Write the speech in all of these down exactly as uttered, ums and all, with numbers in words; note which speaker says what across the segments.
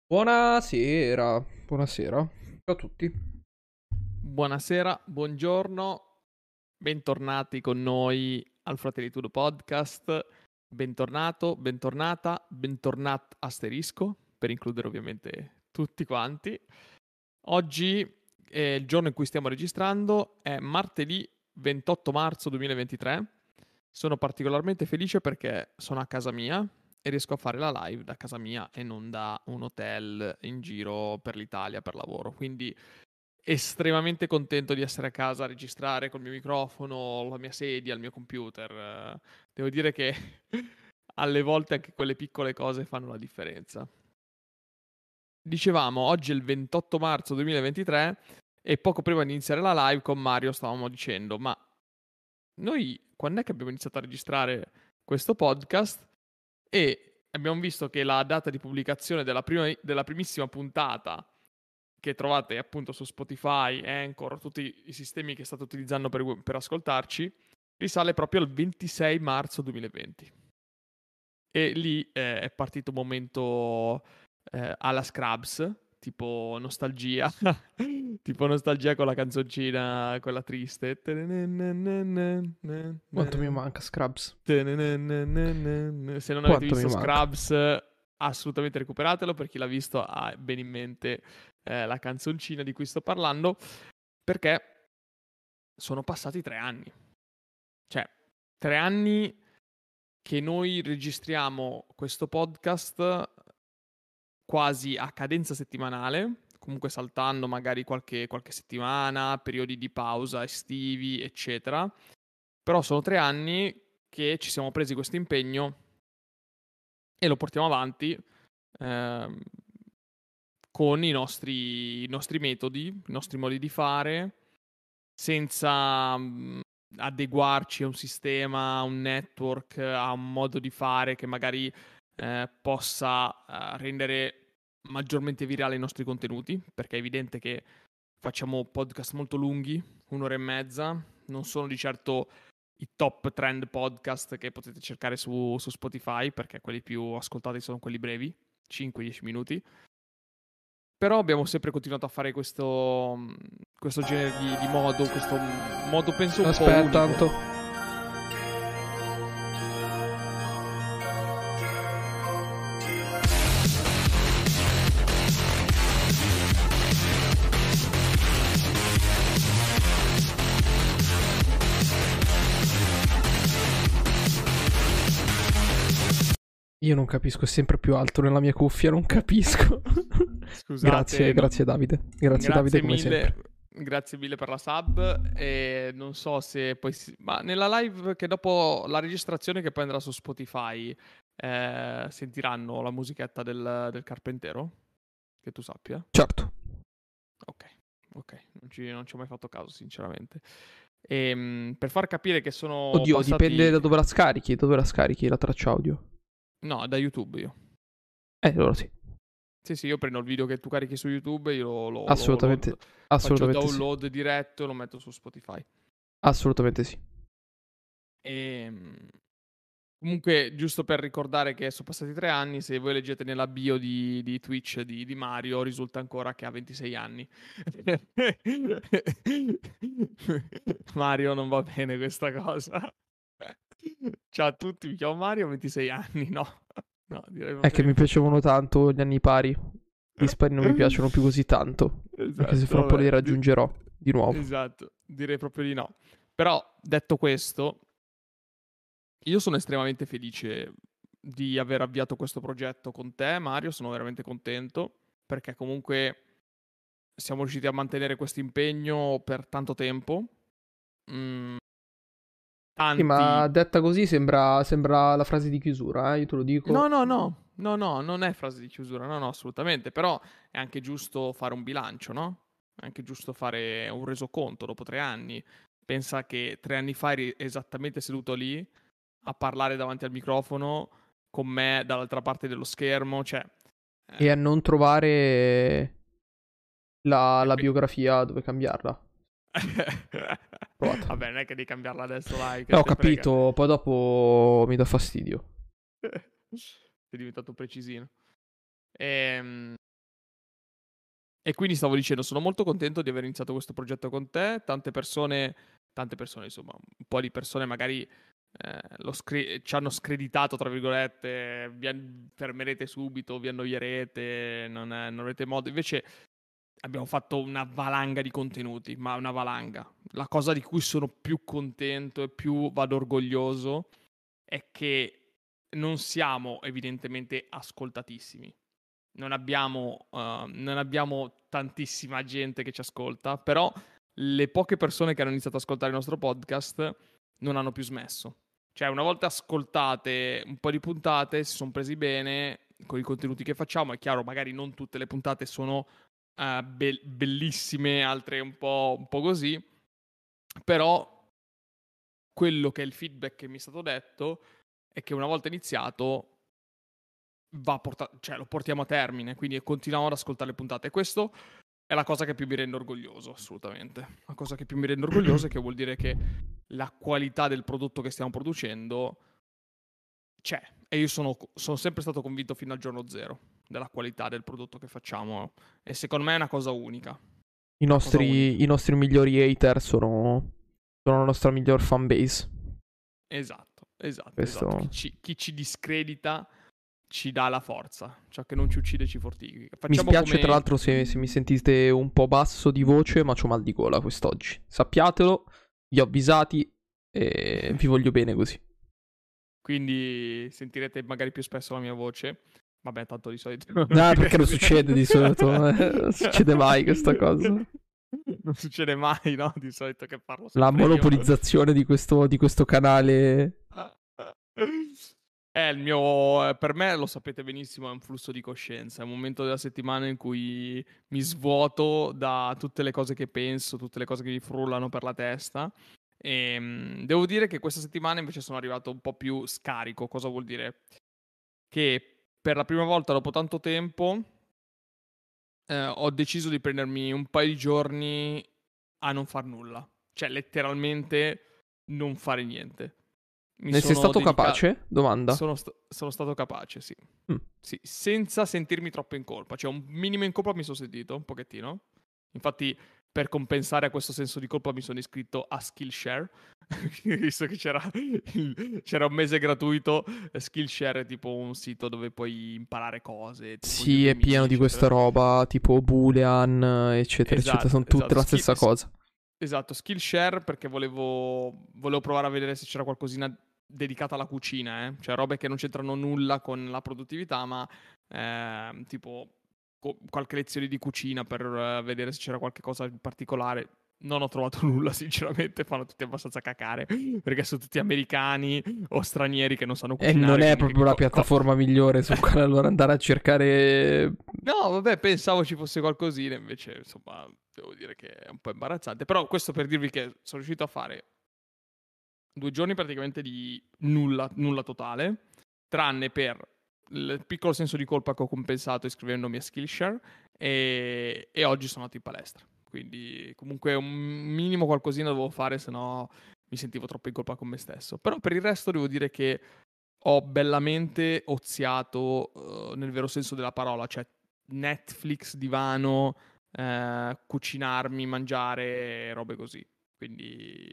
Speaker 1: Buonasera, buonasera. Ciao a tutti.
Speaker 2: Buonasera, buongiorno, bentornati con noi al Fratelli Tudo Podcast. Bentornato, bentornata, bentornat asterisco, per includere ovviamente tutti quanti. Oggi, eh, il giorno in cui stiamo registrando, è martedì ventotto marzo duemilaventitré. Sono particolarmente felice perché sono a casa mia e riesco a fare la live da casa mia e non da un hotel in giro per l'Italia per lavoro. Quindi estremamente contento di essere a casa a registrare col mio microfono, la mia sedia, il mio computer. Eh, Devo dire che alle volte anche quelle piccole cose fanno la differenza. Dicevamo, oggi è il ventotto marzo duemilaventitré e poco prima di iniziare la live con Mario stavamo dicendo, ma noi quando è che abbiamo iniziato a registrare questo podcast? E abbiamo visto che la data di pubblicazione della, prima, della primissima puntata, che trovate appunto su Spotify, Anchor, tutti i sistemi che state utilizzando per, per ascoltarci, risale proprio al ventisei marzo duemilaventi. E lì eh, è partito un momento eh, alla Scrubs, tipo nostalgia, tipo nostalgia con la canzoncina, quella triste. Se
Speaker 1: Quanto mi manca Scrubs?
Speaker 2: non avete
Speaker 1: Quanto mi
Speaker 2: visto
Speaker 1: manca?
Speaker 2: Scrubs, assolutamente recuperatelo. Per chi l'ha visto ha bene in mente eh, la canzoncina di cui sto parlando, perché sono passati tre anni. Cioè, tre anni che noi registriamo questo podcast quasi a cadenza settimanale, comunque saltando magari qualche, qualche settimana, periodi di pausa estivi, eccetera. Però sono tre anni che ci siamo presi questo impegno e lo portiamo avanti ehm, con i nostri, i nostri metodi, i nostri modi di fare, senza mh, adeguarci a un sistema, a un network, a un modo di fare che magari eh, possa eh, rendere maggiormente virale i nostri contenuti, perché è evidente che facciamo podcast molto lunghi, un'ora e mezza, non sono di certo i top trend podcast che potete cercare su, su Spotify, perché quelli più ascoltati sono quelli brevi, cinque dieci minuti. Però abbiamo sempre continuato a fare questo, questo genere di, di modo, questo modo penso un po'
Speaker 1: Aspetta
Speaker 2: unico.
Speaker 1: tanto. Io non capisco, è sempre più alto nella mia cuffia, non capisco.
Speaker 2: Scusate,
Speaker 1: Grazie,
Speaker 2: no-
Speaker 1: grazie Davide. Grazie Davide
Speaker 2: grazie
Speaker 1: come sempre.
Speaker 2: mille, grazie mille per la sub. E non so se poi, si- ma nella live che dopo la registrazione che poi andrà su Spotify, eh, sentiranno la musichetta del, del Carpentero? Che tu sappia?
Speaker 1: Certo.
Speaker 2: Ok, ok, non ci, non ci ho mai fatto caso, sinceramente. Ehm, per far capire che sono
Speaker 1: Oddio, dipende
Speaker 2: passati.
Speaker 1: da dove la scarichi, da dove la scarichi la traccia audio.
Speaker 2: No, da YouTube io.
Speaker 1: Eh, allora sì.
Speaker 2: Sì, sì, io prendo il video che tu carichi su YouTube, io lo, lo- lo-
Speaker 1: Assolutamente,
Speaker 2: faccio
Speaker 1: assolutamente sì.
Speaker 2: download diretto e lo metto su Spotify.
Speaker 1: Assolutamente sì.
Speaker 2: E, comunque, giusto per ricordare che sono passati tre anni, se voi leggete nella bio di, di Twitch di, di Mario, risulta ancora che ha ventisei anni. Mario, non va bene questa cosa. Ciao a tutti, mi chiamo Mario, ho ventisei anni. No, no, direi
Speaker 1: È
Speaker 2: proprio
Speaker 1: che
Speaker 2: di
Speaker 1: mi
Speaker 2: no.
Speaker 1: piacevano tanto gli anni pari. Gli dispari non mi piacciono più così tanto. Anche se fra
Speaker 2: Esatto,
Speaker 1: un po' li
Speaker 2: vabbè. di-
Speaker 1: raggiungerò di nuovo.
Speaker 2: esatto, direi proprio di no. Però, detto questo, io sono estremamente felice di aver avviato questo progetto con te, Mario. Sono veramente contento perché comunque siamo riusciti a mantenere questo impegno per tanto tempo. Mm,
Speaker 1: Sì, ma
Speaker 2: tanti.
Speaker 1: detta così sembra, sembra la frase di chiusura, eh? Io te lo
Speaker 2: No,
Speaker 1: dico.
Speaker 2: no, no, no, no, non è frase di chiusura, no, no, assolutamente. Però è anche giusto fare un bilancio, no? È anche giusto fare un resoconto dopo tre anni. Pensa che tre anni fa eri esattamente seduto lì a parlare davanti al microfono con me dall'altra parte dello schermo, cioè.
Speaker 1: E a
Speaker 2: eh,
Speaker 1: non trovare la,
Speaker 2: è
Speaker 1: la
Speaker 2: be-
Speaker 1: biografia dove cambiarla. Provate.
Speaker 2: Vabbè, non è che devi cambiarla adesso, dai,
Speaker 1: Eh,
Speaker 2: che
Speaker 1: ho
Speaker 2: te frega.
Speaker 1: capito, poi dopo mi dà fastidio.
Speaker 2: Sei diventato precisino. Ehm, E quindi stavo dicendo, sono molto contento di aver iniziato questo progetto con te. Tante persone, tante persone, insomma, un po' di persone magari eh, lo scre- ci hanno screditato, tra virgolette, vi an- fermerete subito, vi annoierete, non, è- non avrete modo. Invece abbiamo fatto una valanga di contenuti, ma una valanga. La cosa di cui sono più contento e più vado orgoglioso è che non siamo evidentemente ascoltatissimi. Non abbiamo, uh, non abbiamo tantissima gente che ci ascolta, però le poche persone che hanno iniziato ad ascoltare il nostro podcast non hanno più smesso. Cioè, una volta ascoltate un po' di puntate, si sono presi bene con i contenuti che facciamo. È chiaro, magari non tutte le puntate sono uh, be- bellissime, altre un po', un po' così, però quello che è il feedback che mi è stato detto è che una volta iniziato va porta- cioè lo portiamo a termine, quindi continuiamo ad ascoltare le puntate. E questo è la cosa che più mi rende orgoglioso, assolutamente. La cosa che più mi rende orgoglioso è che vuol dire che la qualità del prodotto che stiamo producendo c'è. E io sono, sono sempre stato convinto fino al giorno zero della qualità del prodotto che facciamo. E secondo me è una cosa unica.
Speaker 1: I
Speaker 2: Una cosa
Speaker 1: nostri,
Speaker 2: unica.
Speaker 1: i nostri migliori hater sono, sono la nostra miglior fanbase.
Speaker 2: Esatto, esatto,
Speaker 1: Questo...
Speaker 2: esatto. Chi ci, chi ci discredita ci dà la forza. Ciò che non ci uccide ci fortifica.
Speaker 1: Mi
Speaker 2: Facciamo
Speaker 1: spiace
Speaker 2: come...
Speaker 1: tra l'altro se, se mi sentite un po' basso di voce, ma c'ho mal di gola quest'oggi. Sappiatelo, vi ho avvisati e vi voglio bene così.
Speaker 2: Quindi sentirete magari più spesso la mia voce. Vabbè, tanto di solito...
Speaker 1: No, perché non succede di solito, non succede mai questa cosa.
Speaker 2: Non succede mai, no? Di solito che parlo
Speaker 1: La
Speaker 2: sempre io.
Speaker 1: monopolizzazione di questo, di questo canale.
Speaker 2: È il mio... Per me, lo sapete benissimo, è un flusso di coscienza. È un momento della settimana in cui mi svuoto da tutte le cose che penso, tutte le cose che mi frullano per la testa. E mh, devo dire che questa settimana invece sono arrivato un po' più scarico. Cosa vuol dire? Che per la prima volta dopo tanto tempo eh, ho deciso di prendermi un paio di giorni a non far nulla. Cioè, letteralmente non fare niente. Mi
Speaker 1: Ne sei
Speaker 2: sono
Speaker 1: stato
Speaker 2: dedica-
Speaker 1: capace? Domanda.
Speaker 2: Sono, sta- sono stato capace, sì.
Speaker 1: Mm.
Speaker 2: Sì, senza sentirmi troppo in colpa. Cioè, un minimo in colpa mi sono sentito, un pochettino. Infatti, per compensare a questo senso di colpa mi sono iscritto a Skillshare. Visto che c'era, il- c'era un mese gratuito, eh, Skillshare è tipo un sito dove puoi imparare cose. Tipo
Speaker 1: Sì, è
Speaker 2: Udemy,
Speaker 1: pieno di questa
Speaker 2: eccetera.
Speaker 1: roba, tipo Boolean, eccetera, eccetera.
Speaker 2: Esatto,
Speaker 1: Sono tutte
Speaker 2: esatto.
Speaker 1: la
Speaker 2: Skill-
Speaker 1: stessa cosa.
Speaker 2: Esatto, Skillshare perché volevo, volevo provare a vedere se c'era qualcosina dedicata alla cucina, eh? Cioè robe che non c'entrano nulla con la produttività, ma ehm, tipo co- qualche lezione di cucina per eh, vedere se c'era qualche cosa in particolare. Non ho trovato nulla, sinceramente, fanno tutti abbastanza cacare, perché sono tutti americani o stranieri che non sanno
Speaker 1: E non
Speaker 2: cucinare.
Speaker 1: è
Speaker 2: quindi che
Speaker 1: proprio la
Speaker 2: co- co-
Speaker 1: piattaforma migliore su quale allora andare a cercare.
Speaker 2: No, vabbè, pensavo ci fosse qualcosina, invece, insomma, devo dire che è un po' imbarazzante. Però questo per dirvi che sono riuscito a fare due giorni praticamente di nulla, nulla totale, tranne per il piccolo senso di colpa che ho compensato iscrivendomi a Skillshare e, e oggi sono andato in palestra. Quindi comunque un minimo qualcosina dovevo fare, se no mi sentivo troppo in colpa con me stesso. Però per il resto devo dire che ho bellamente oziato uh, nel vero senso della parola, cioè Netflix, divano, eh, cucinarmi, mangiare, robe così. Quindi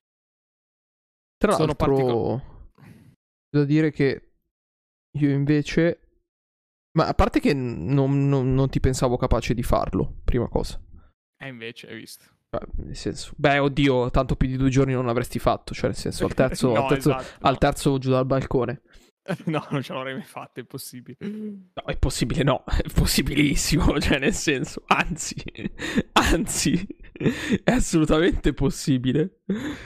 Speaker 1: Tra
Speaker 2: sono particolari.
Speaker 1: l'altro, devo dire che io invece. Ma a parte che non, non- non ti pensavo capace di farlo, prima cosa.
Speaker 2: E invece, hai visto.
Speaker 1: Beh, nel senso, beh, oddio, tanto più di due giorni non l'avresti fatto. Cioè, nel senso, al terzo, al
Speaker 2: No,
Speaker 1: terzo,
Speaker 2: esatto,
Speaker 1: al
Speaker 2: no.
Speaker 1: terzo giù dal balcone.
Speaker 2: No, non ce l'avrei mai fatta, è impossibile.
Speaker 1: No, è possibile, no, è possibilissimo. Cioè, nel senso, anzi, anzi, è assolutamente possibile.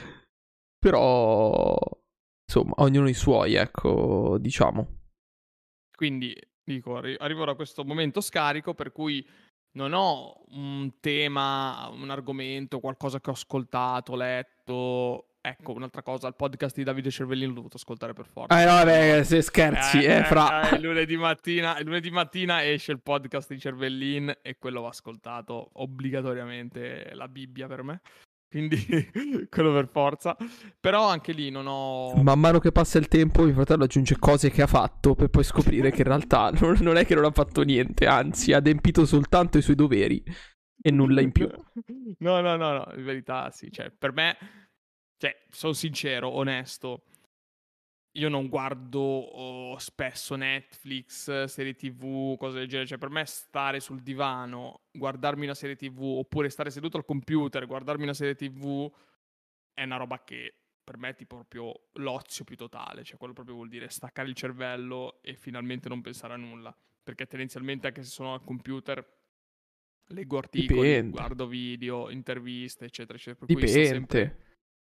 Speaker 1: Però, insomma, ognuno i suoi, ecco, diciamo.
Speaker 2: Quindi, dico, arri- arrivo da questo momento scarico per cui non ho un tema, un argomento, qualcosa che ho ascoltato, letto. Ecco, un'altra cosa, il podcast di Davide Cervellino l'ho dovuto ascoltare per forza.
Speaker 1: Eh no,
Speaker 2: perché
Speaker 1: vabbè,
Speaker 2: no-
Speaker 1: se scherzi,
Speaker 2: Eh,
Speaker 1: eh,
Speaker 2: eh,
Speaker 1: fra.
Speaker 2: eh, lunedì mattina, lunedì mattina esce il podcast di Cervellin e quello va ascoltato obbligatoriamente, è la Bibbia per me. Quindi quello per forza. Però anche lì non ho...
Speaker 1: Man mano che passa il tempo, mio fratello aggiunge cose che ha fatto per poi scoprire che in realtà non, non è che non ha fatto niente, anzi, ha adempito soltanto i suoi doveri. e nulla in più.
Speaker 2: No, no, no, no, in verità sì, cioè, per me, cioè, sono sincero, onesto, io non guardo oh, spesso Netflix, serie tivù, cose del genere, cioè per me stare sul divano, guardarmi una serie tivù, oppure stare seduto al computer, guardarmi una serie tivù, è una roba che per me è tipo proprio l'ozio più totale, cioè quello proprio vuol dire staccare il cervello e finalmente non pensare a nulla, perché tendenzialmente anche se sono al computer leggo articoli,
Speaker 1: Dipende,
Speaker 2: guardo video, interviste, eccetera, eccetera, per cui sto sempre...
Speaker 1: dipende.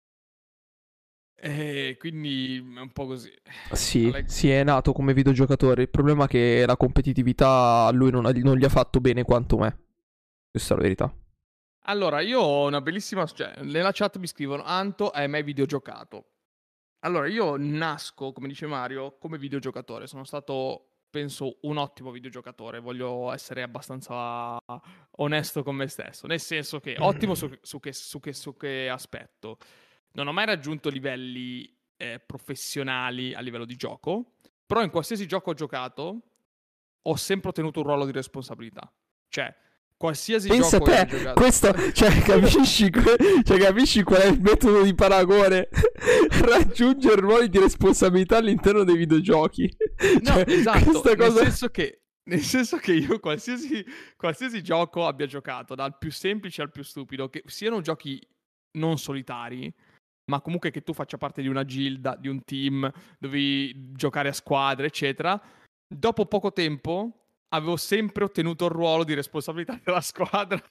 Speaker 2: E quindi è un po' così.
Speaker 1: Sì,
Speaker 2: Alle-
Speaker 1: sì, è nato come videogiocatore. Il problema è che la competitività a lui non, non gli ha fatto bene quanto me. Questa è la verità.
Speaker 2: Allora, io ho una bellissima... Cioè, nella chat mi scrivono, Anto, hai mai videogiocato? Allora, io nasco, come dice Mario, come videogiocatore. Sono stato, penso, un ottimo videogiocatore. Voglio essere abbastanza onesto con me stesso. Nel senso che, ottimo su, su che, su che- su che aspetto. Non ho mai raggiunto livelli eh, professionali a livello di gioco, però in qualsiasi gioco ho giocato ho sempre ottenuto un ruolo di responsabilità. Cioè, qualsiasi
Speaker 1: Pensa a
Speaker 2: gioco io
Speaker 1: te,
Speaker 2: abbia giocato...
Speaker 1: questo, cioè, capisci, que- cioè, capisci qual è il metodo di paragone? Raggiungere ruoli di responsabilità all'interno dei videogiochi.
Speaker 2: No,
Speaker 1: Cioè,
Speaker 2: esatto,
Speaker 1: questa
Speaker 2: nel
Speaker 1: cosa...
Speaker 2: senso che, nel senso che io qualsiasi, qualsiasi gioco abbia giocato, dal più semplice al più stupido, che siano giochi non solitari, ma comunque che tu faccia parte di una gilda, di un team, dovevi giocare a squadre, eccetera, dopo poco tempo avevo sempre ottenuto il ruolo di responsabilità della squadra.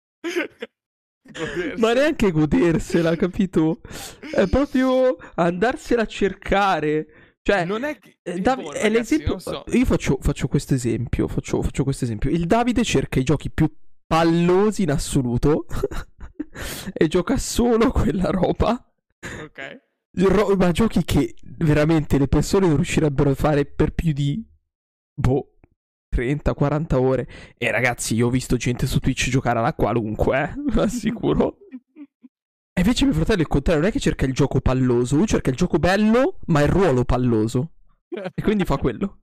Speaker 1: Ma
Speaker 2: Godersela.
Speaker 1: neanche godersela, capito? È proprio andarsela a cercare. Cioè,
Speaker 2: Non è che...
Speaker 1: eh,
Speaker 2: eh,
Speaker 1: Dav-
Speaker 2: boh,
Speaker 1: è
Speaker 2: ragazzi, non
Speaker 1: l'esempio.
Speaker 2: so.
Speaker 1: Io faccio, faccio questo esempio. Faccio, faccio questo esempio. Il Davide cerca i giochi più pallosi in assoluto e gioca solo quella roba.
Speaker 2: Ok.
Speaker 1: Ro- ma giochi che veramente le persone non riuscirebbero a fare per più di boh, trenta quaranta ore. E ragazzi, io ho visto gente su Twitch giocare alla qualunque, eh, vi assicuro. E invece mio fratello è il contrario, non è che cerca il gioco palloso, lui cerca il gioco bello, ma il ruolo palloso. E quindi fa quello.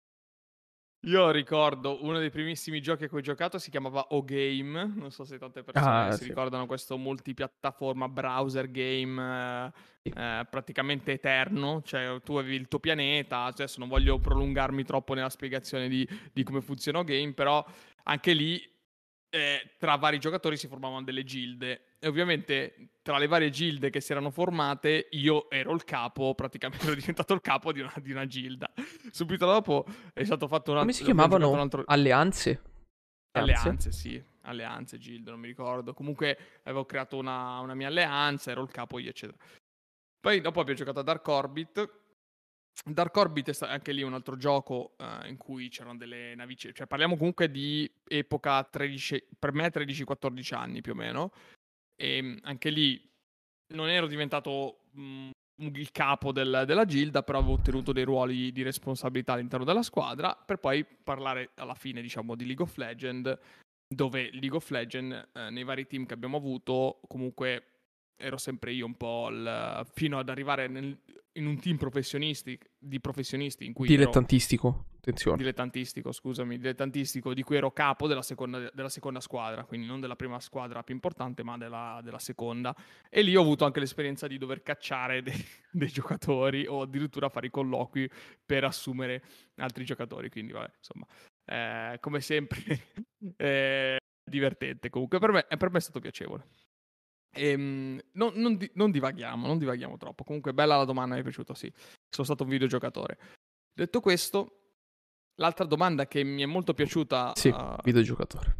Speaker 2: Io ricordo uno dei primissimi giochi a cui ho giocato si chiamava O-Game, non so se tante persone
Speaker 1: Ah,
Speaker 2: si
Speaker 1: sì.
Speaker 2: ricordano questo multipiattaforma browser game
Speaker 1: Sì.
Speaker 2: eh, eh, praticamente eterno, cioè tu avevi il tuo pianeta, adesso non voglio prolungarmi troppo nella spiegazione di, di come funziona O-Game, però anche lì eh, tra vari giocatori si formavano delle gilde e ovviamente tra le varie gilde che si erano formate io ero il capo, praticamente ero diventato il capo di una, di una gilda. Subito dopo è stato fatto un
Speaker 1: Come si
Speaker 2: altro, abbiamo giocato un
Speaker 1: chiamavano?
Speaker 2: altro...
Speaker 1: Alleanze? Alleanze?
Speaker 2: Alleanze, sì, alleanze, gilde, non mi ricordo. Comunque avevo creato una, una mia alleanza, ero il capo io, eccetera. Poi dopo abbiamo giocato a Dark Orbit. Dark Orbit è sta- anche lì un altro gioco eh, in cui c'erano delle navice, cioè parliamo comunque di epoca tredici, per me tredici quattordici anni più o meno, e mh, anche lì non ero diventato mh, il capo del- della Gilda, però avevo ottenuto dei ruoli di responsabilità all'interno della squadra, per poi parlare alla fine, diciamo, di League of Legends, dove League of Legends, eh, nei vari team che abbiamo avuto, comunque ero sempre io un po' il, fino ad arrivare nel- in un team professionisti, di professionisti in cui ero
Speaker 1: Dilettantistico, attenzione.
Speaker 2: dilettantistico, scusami, dilettantistico, di cui ero capo della seconda, della seconda squadra, quindi non della prima squadra più importante, ma della, della seconda. E lì ho avuto anche l'esperienza di dover cacciare dei, dei giocatori o addirittura fare i colloqui per assumere altri giocatori. Quindi, vabbè, insomma, eh, come sempre, eh, divertente. Comunque, per me, per me è stato piacevole. Ehm, non, non di- non divaghiamo, non divaghiamo troppo. Comunque, bella la domanda, mi è piaciuto, sì. Sono stato un videogiocatore. Detto questo, l'altra domanda che mi è molto piaciuta...
Speaker 1: Sì,
Speaker 2: uh,
Speaker 1: videogiocatore.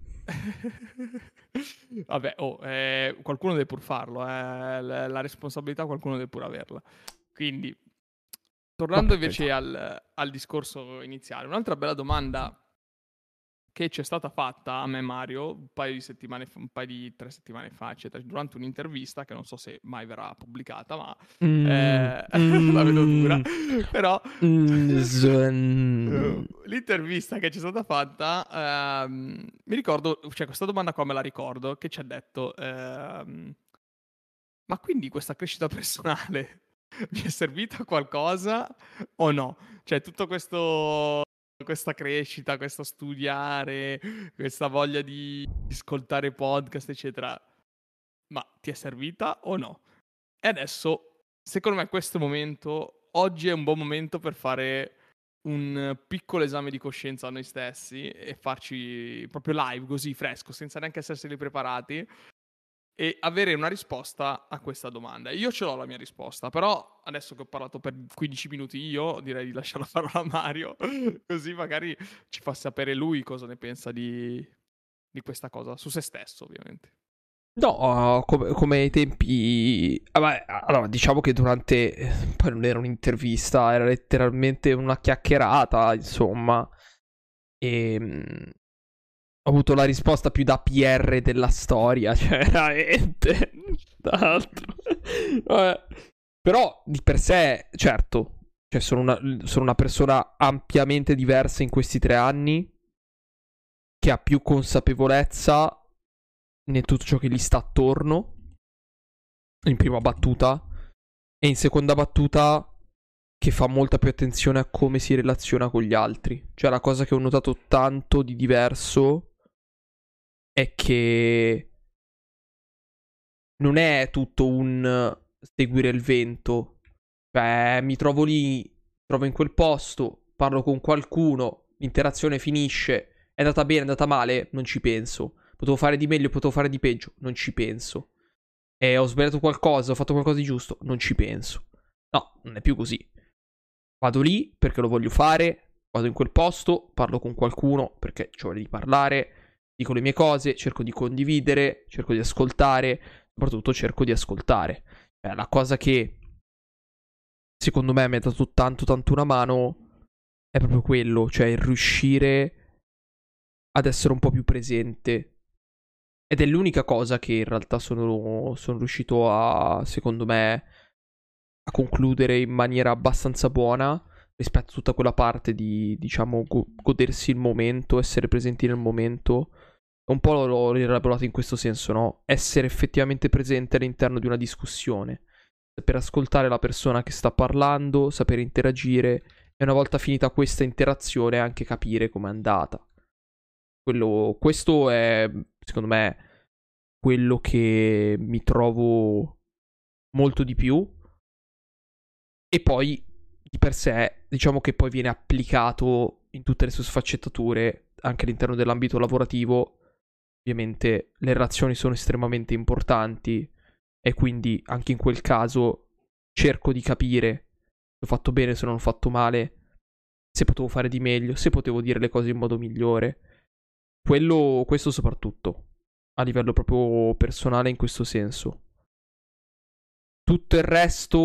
Speaker 2: Vabbè, oh, eh, qualcuno deve pur farlo, eh, la, la responsabilità qualcuno deve pur averla. Quindi,
Speaker 1: Ma
Speaker 2: tornando
Speaker 1: per
Speaker 2: invece
Speaker 1: carità.
Speaker 2: al, al discorso iniziale, un'altra bella domanda che ci è stata fatta a me Mario un paio di settimane fa, un paio di tre settimane fa, eccetera, durante un'intervista che non so se mai verrà pubblicata, ma
Speaker 1: Mm,
Speaker 2: eh, la vedo dura,
Speaker 1: mm,
Speaker 2: però
Speaker 1: mm,
Speaker 2: eh,
Speaker 1: zon-
Speaker 2: l'intervista che ci è stata fatta, ehm, mi ricordo, cioè questa domanda qua me la ricordo, che ci ha detto, ehm, ma quindi questa crescita personale vi è servita a qualcosa o no? Cioè tutto questo questa crescita, questo studiare, questa voglia di ascoltare podcast, eccetera, ma ti è servita o no? E adesso, secondo me, questo momento, oggi è un buon momento per fare un piccolo esame di coscienza a noi stessi e farci proprio live, così fresco, senza neanche esserseli preparati, e avere una risposta a questa domanda. Io ce l'ho la mia risposta, però adesso che ho parlato per quindici minuti io, direi di lasciare la parola a Mario, così magari ci fa sapere lui cosa ne pensa di, di questa cosa, su se stesso ovviamente.
Speaker 1: No, come, come ai tempi... Vabbè, allora, diciamo che durante... Poi non era un'intervista, era letteralmente una chiacchierata, insomma. E... mh, ho avuto la risposta più da P R della storia, cioè, veramente. Tra l'altro. Vabbè. Però, di per sé, certo, cioè, sono una, sono una persona ampiamente diversa in questi tre anni, che ha più consapevolezza in tutto ciò che gli sta attorno, in prima battuta, e in seconda battuta che fa molta più attenzione a come si relaziona con gli altri. Cioè la cosa che ho notato tanto di diverso è che non è tutto un seguire il vento. Cioè mi trovo lì, mi trovo in quel posto, parlo con qualcuno, l'interazione finisce, è andata bene, è andata male, non ci penso. Potevo fare di meglio, potevo fare di peggio, non ci penso. E ho sbagliato qualcosa, ho fatto qualcosa di giusto, non ci penso. No, non è più così. Vado lì perché lo voglio fare, vado in quel posto, parlo con qualcuno perché ho voglia di parlare, dico le mie cose, cerco di condividere, cerco di ascoltare, soprattutto cerco di ascoltare. Eh, la cosa che secondo me mi ha dato tanto tanto una mano è proprio quello, cioè il riuscire ad essere un po' più presente. Ed è l'unica cosa che in realtà sono, sono riuscito a, secondo me, a concludere in maniera abbastanza buona rispetto a tutta quella parte di, diciamo, go- godersi il momento, essere presenti nel momento. Un po' l'ho, l'ho rielaborato in questo senso, no? Essere effettivamente presente all'interno di una discussione, saper ascoltare la persona che sta parlando, saper interagire e una volta finita questa interazione anche capire com'è andata. Quello, questo è, secondo me, quello che mi trovo molto di più. E poi, di per sé, diciamo che poi viene applicato in tutte le sue sfaccettature, anche all'interno dell'ambito lavorativo. Ovviamente le relazioni sono estremamente importanti e quindi anche in quel caso cerco di capire se ho fatto bene, se non ho fatto male, se potevo fare di meglio, se potevo dire le cose in modo migliore. Quello, questo soprattutto, a livello proprio personale in questo senso. Tutto il resto,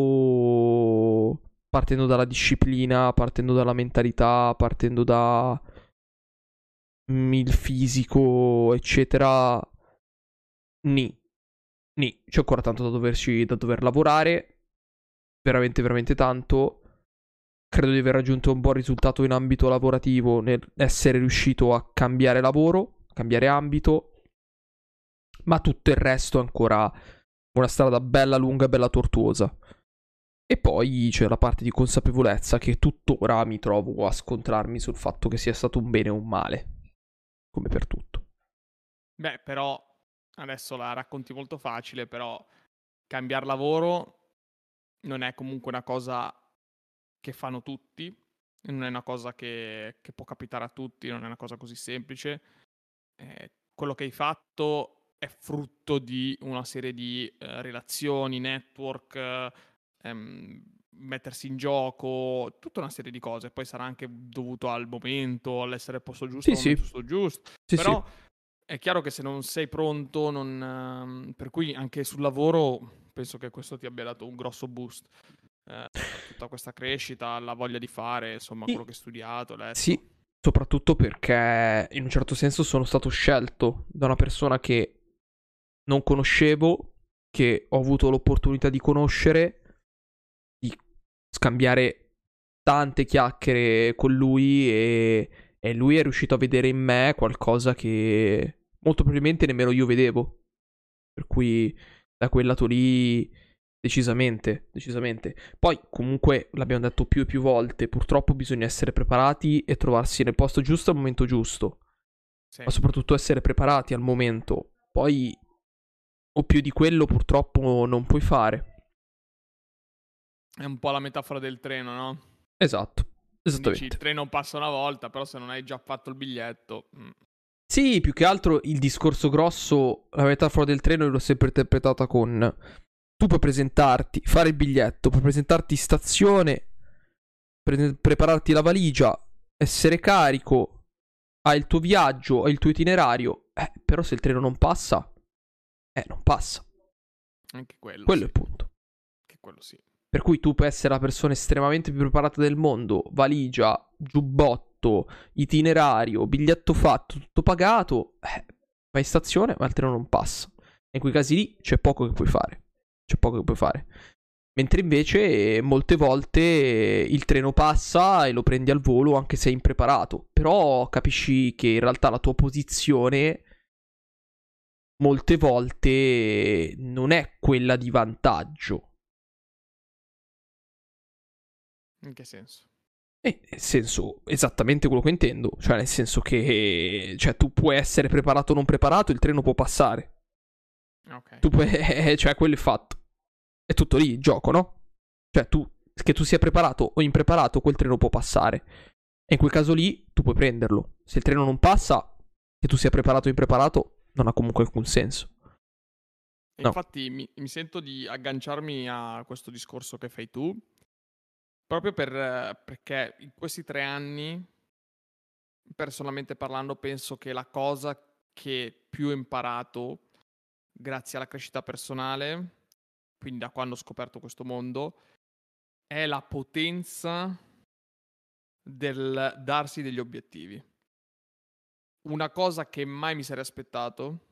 Speaker 1: partendo dalla disciplina, partendo dalla mentalità, partendo da mm, il fisico, eccetera, ni, ni, c'è ancora tanto da doverci, da dover lavorare, veramente, veramente tanto. Credo di aver raggiunto un buon risultato in ambito lavorativo nell'essere riuscito a cambiare lavoro, a cambiare ambito, ma tutto il resto è ancora una strada bella lunga e bella tortuosa. E poi c'è la parte di consapevolezza che tuttora mi trovo a scontrarmi sul fatto che sia stato un bene o un male, come per tutto.
Speaker 2: Beh, però adesso la racconti molto facile, però cambiare lavoro non è comunque una cosa che fanno tutti, non è una cosa che, che può capitare a tutti, non è una cosa così semplice. Eh, quello che hai fatto è frutto di una serie di eh, relazioni, network, eh, ehm, mettersi in gioco, tutta una serie di cose. Poi sarà anche dovuto al momento, all'essere al posto giusto,
Speaker 1: Sì,
Speaker 2: al
Speaker 1: sì,
Speaker 2: momento giusto.
Speaker 1: sì,
Speaker 2: Però
Speaker 1: sì.
Speaker 2: è chiaro che se non sei pronto, non, ehm, per cui anche sul lavoro penso che questo ti abbia dato un grosso boost. Eh, tutta questa crescita, la voglia di fare, insomma, quello
Speaker 1: Sì,
Speaker 2: che hai studiato, letto.
Speaker 1: sì, soprattutto perché in un certo senso sono stato scelto da una persona che non conoscevo, che ho avuto l'opportunità di conoscere, di scambiare tante chiacchiere con lui e, e lui è riuscito a vedere in me qualcosa che molto probabilmente nemmeno io vedevo. Per cui da quel lato lì Decisamente, decisamente. Poi, comunque, l'abbiamo detto più e più volte, purtroppo bisogna essere preparati e trovarsi nel posto giusto al momento giusto.
Speaker 2: Sì.
Speaker 1: Ma soprattutto essere preparati al momento. Poi, o più di quello, purtroppo non puoi fare.
Speaker 2: È un po' la metafora del treno, no?
Speaker 1: Esatto,
Speaker 2: Dici il
Speaker 1: esattamente.
Speaker 2: treno passa una volta, però se non hai già fatto il biglietto... mm.
Speaker 1: Sì, più che altro il discorso grosso, la metafora del treno io l'ho sempre interpretata con: tu puoi presentarti, fare il biglietto, puoi presentarti in stazione, pre- prepararti la valigia, essere carico, hai il tuo viaggio, hai il tuo itinerario, eh, però se il treno non passa, eh, non passa.
Speaker 2: Anche quello,
Speaker 1: Quello è
Speaker 2: sì.
Speaker 1: il punto.
Speaker 2: Anche quello, sì.
Speaker 1: Per cui tu puoi essere la persona estremamente più preparata del mondo, valigia, giubbotto, itinerario, biglietto fatto, tutto pagato, eh, vai in stazione ma il treno non passa. E in quei casi lì c'è poco che puoi fare. C'è poco che puoi fare. Mentre invece molte volte il treno passa e lo prendi al volo anche se sei impreparato. Però capisci che in realtà la tua posizione molte volte non è quella di vantaggio.
Speaker 2: In che senso?
Speaker 1: E nel senso, esattamente quello che intendo. Cioè, nel senso che cioè, tu puoi essere preparato o non preparato, il treno può passare.
Speaker 2: Ok.
Speaker 1: Tu puoi. Cioè, quello è fatto. È tutto lì il gioco, no? Cioè, tu. Che tu sia preparato o impreparato, quel treno può passare. E in quel caso lì, tu puoi prenderlo. Se il treno non passa, che tu sia preparato o impreparato, non ha comunque alcun senso.
Speaker 2: E
Speaker 1: No.
Speaker 2: infatti mi, mi sento di agganciarmi a questo discorso che fai tu, proprio per, eh, perché in questi tre anni, personalmente parlando, penso che la cosa che più ho imparato, grazie alla crescita personale, quindi da quando ho scoperto questo mondo, è la potenza del darsi degli obiettivi. Una cosa che mai mi sarei aspettato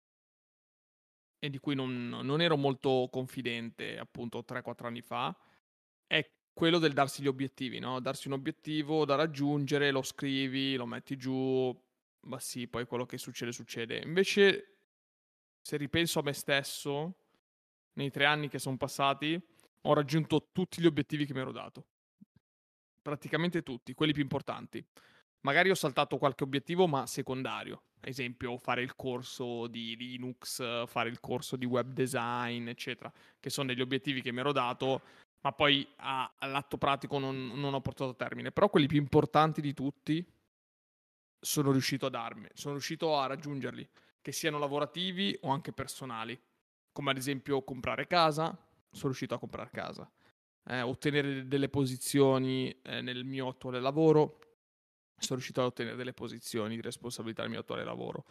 Speaker 2: e di cui non, non ero molto confidente appunto tre quattro anni fa, è quello del darsi gli obiettivi, no? Darsi un obiettivo da raggiungere, lo scrivi, lo metti giù, ma sì, poi quello che succede succede. Invece, se ripenso a me stesso, nei tre anni che sono passati, ho raggiunto tutti gli obiettivi che mi ero dato. Praticamente tutti, quelli più importanti. Magari ho saltato qualche obiettivo, ma secondario. Ad esempio, fare il corso di Linux, fare il corso di web design, eccetera, che sono degli obiettivi che mi ero dato, ma poi a- all'atto pratico non, non ho portato a termine. Però quelli più importanti di tutti sono riuscito a darmi, sono riuscito a raggiungerli, che siano lavorativi o anche personali. Come ad esempio comprare casa, sono riuscito a comprare casa. Eh, ottenere delle posizioni eh, nel mio attuale lavoro, sono riuscito ad ottenere delle posizioni di responsabilità nel mio attuale lavoro.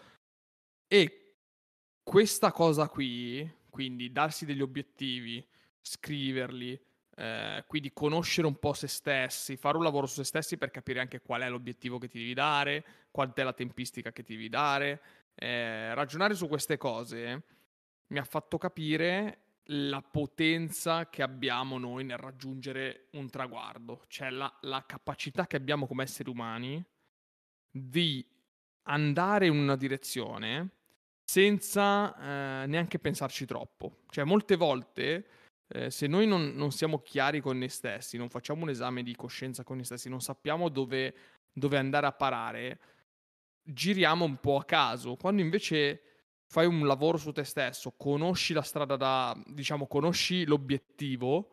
Speaker 2: E questa cosa qui, quindi darsi degli obiettivi, scriverli, eh, quindi conoscere un po' se stessi, fare un lavoro su se stessi per capire anche qual è l'obiettivo che ti devi dare, qual è la tempistica che ti devi dare, eh, ragionare su queste cose mi ha fatto capire la potenza che abbiamo noi nel raggiungere un traguardo, cioè la, la capacità che abbiamo come esseri umani di andare in una direzione senza eh, neanche pensarci troppo. Cioè, molte volte, eh, se noi non, non siamo chiari con noi stessi, non facciamo un esame di coscienza con noi stessi, non sappiamo dove, dove andare a parare, giriamo un po' a caso, quando invece fai un lavoro su te stesso, conosci la strada da, diciamo, conosci l'obiettivo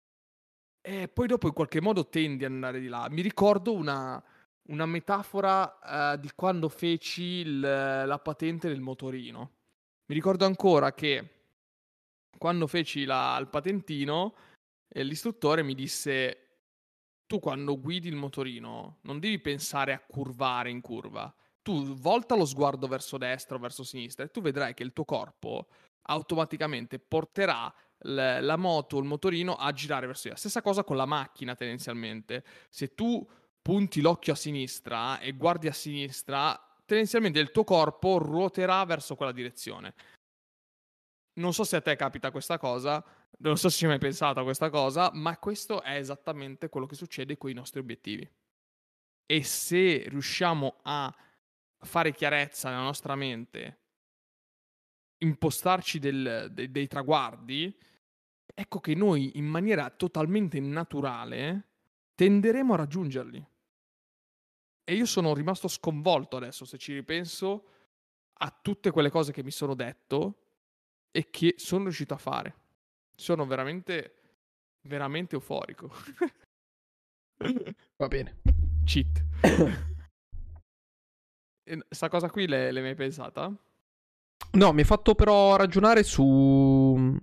Speaker 2: e poi dopo in qualche modo tendi ad andare di là. Mi ricordo una, una metafora eh, di quando feci il- la patente del motorino. Mi ricordo ancora che quando feci la- il patentino, eh, l'istruttore mi disse: tu quando guidi il motorino non devi pensare a curvare in curva. Tu volta lo sguardo verso destra o verso sinistra e tu vedrai che il tuo corpo automaticamente porterà l- la moto o il motorino a girare verso di là. Stessa cosa con la macchina tendenzialmente. Se tu punti l'occhio a sinistra e guardi a sinistra, tendenzialmente il tuo corpo ruoterà verso quella direzione. Non so se a te capita questa cosa, non so se ci hai mai pensato a questa cosa, ma questo è esattamente quello che succede con i nostri obiettivi. E se riusciamo a fare chiarezza nella nostra mente, impostarci del- de- dei traguardi, ecco che noi in maniera totalmente naturale tenderemo a raggiungerli. E io sono rimasto sconvolto adesso, se ci ripenso, a tutte quelle cose che mi sono detto e che sono riuscito a fare. Sono veramente, veramente euforico.
Speaker 1: Va bene.
Speaker 2: Cheat. E n- sta cosa qui l'hai l'hai mai pensata?
Speaker 1: No, mi hai fatto però ragionare su.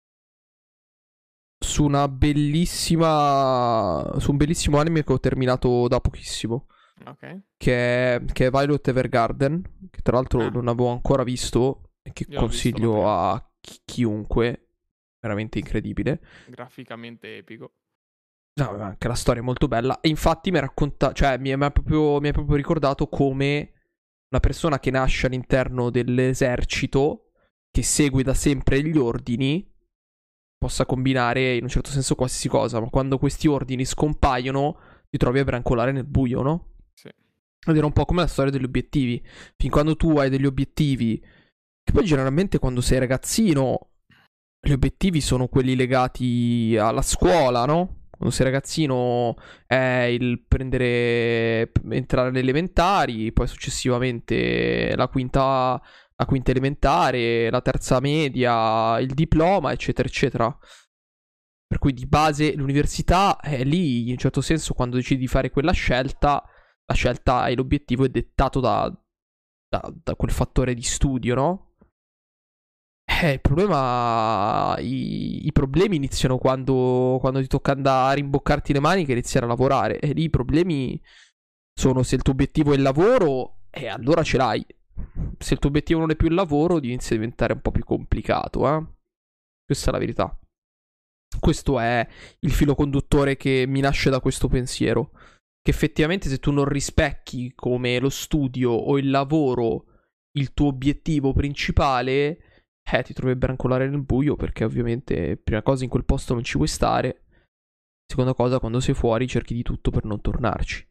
Speaker 1: Su una bellissima. Su un bellissimo anime che ho terminato da pochissimo.
Speaker 2: Ok.
Speaker 1: Che è, che è Violet Evergarden. Che tra l'altro
Speaker 2: Ah,
Speaker 1: non avevo ancora visto. E che
Speaker 2: io l'ho visto
Speaker 1: consiglio
Speaker 2: praticamente.
Speaker 1: a chi- chiunque. Veramente incredibile.
Speaker 2: Graficamente epico.
Speaker 1: No, ma anche la storia è molto bella. E infatti mi racconta. Cioè, mi è, mi ha proprio, mi è proprio ricordato come una persona che nasce all'interno dell'esercito. Che segue da sempre gli ordini. Possa combinare in un certo senso qualsiasi cosa, ma quando questi ordini scompaiono ti trovi a brancolare nel buio, no?
Speaker 2: Sì.
Speaker 1: Ed era un po' come la storia degli obiettivi. Fin quando tu hai degli obiettivi, che poi generalmente quando sei ragazzino, gli obiettivi sono quelli legati alla scuola, no? Quando sei ragazzino è il prendere, entrare alle elementari, poi successivamente la quinta, la quinta elementare, la terza media, il diploma, eccetera, eccetera. Per cui di base l'università è lì, in un certo senso, quando decidi di fare quella scelta, la scelta e l'obiettivo è dettato da, da, da quel fattore di studio, no? Eh, il problema. I, i problemi iniziano quando, quando ti tocca andare a rimboccarti le maniche e iniziare a lavorare. E lì i problemi sono se il tuo obiettivo è il lavoro, e eh, allora ce l'hai. Se il tuo obiettivo non è più il lavoro, inizia a diventare un po' più complicato, eh? Questa è la verità. Questo è il filo conduttore che mi nasce da questo pensiero. Che effettivamente se tu non rispecchi come lo studio o il lavoro il tuo obiettivo principale, eh, ti trovi a brancolare nel buio perché ovviamente prima cosa in quel posto non ci vuoi stare. Seconda cosa, quando sei fuori cerchi di tutto per non tornarci.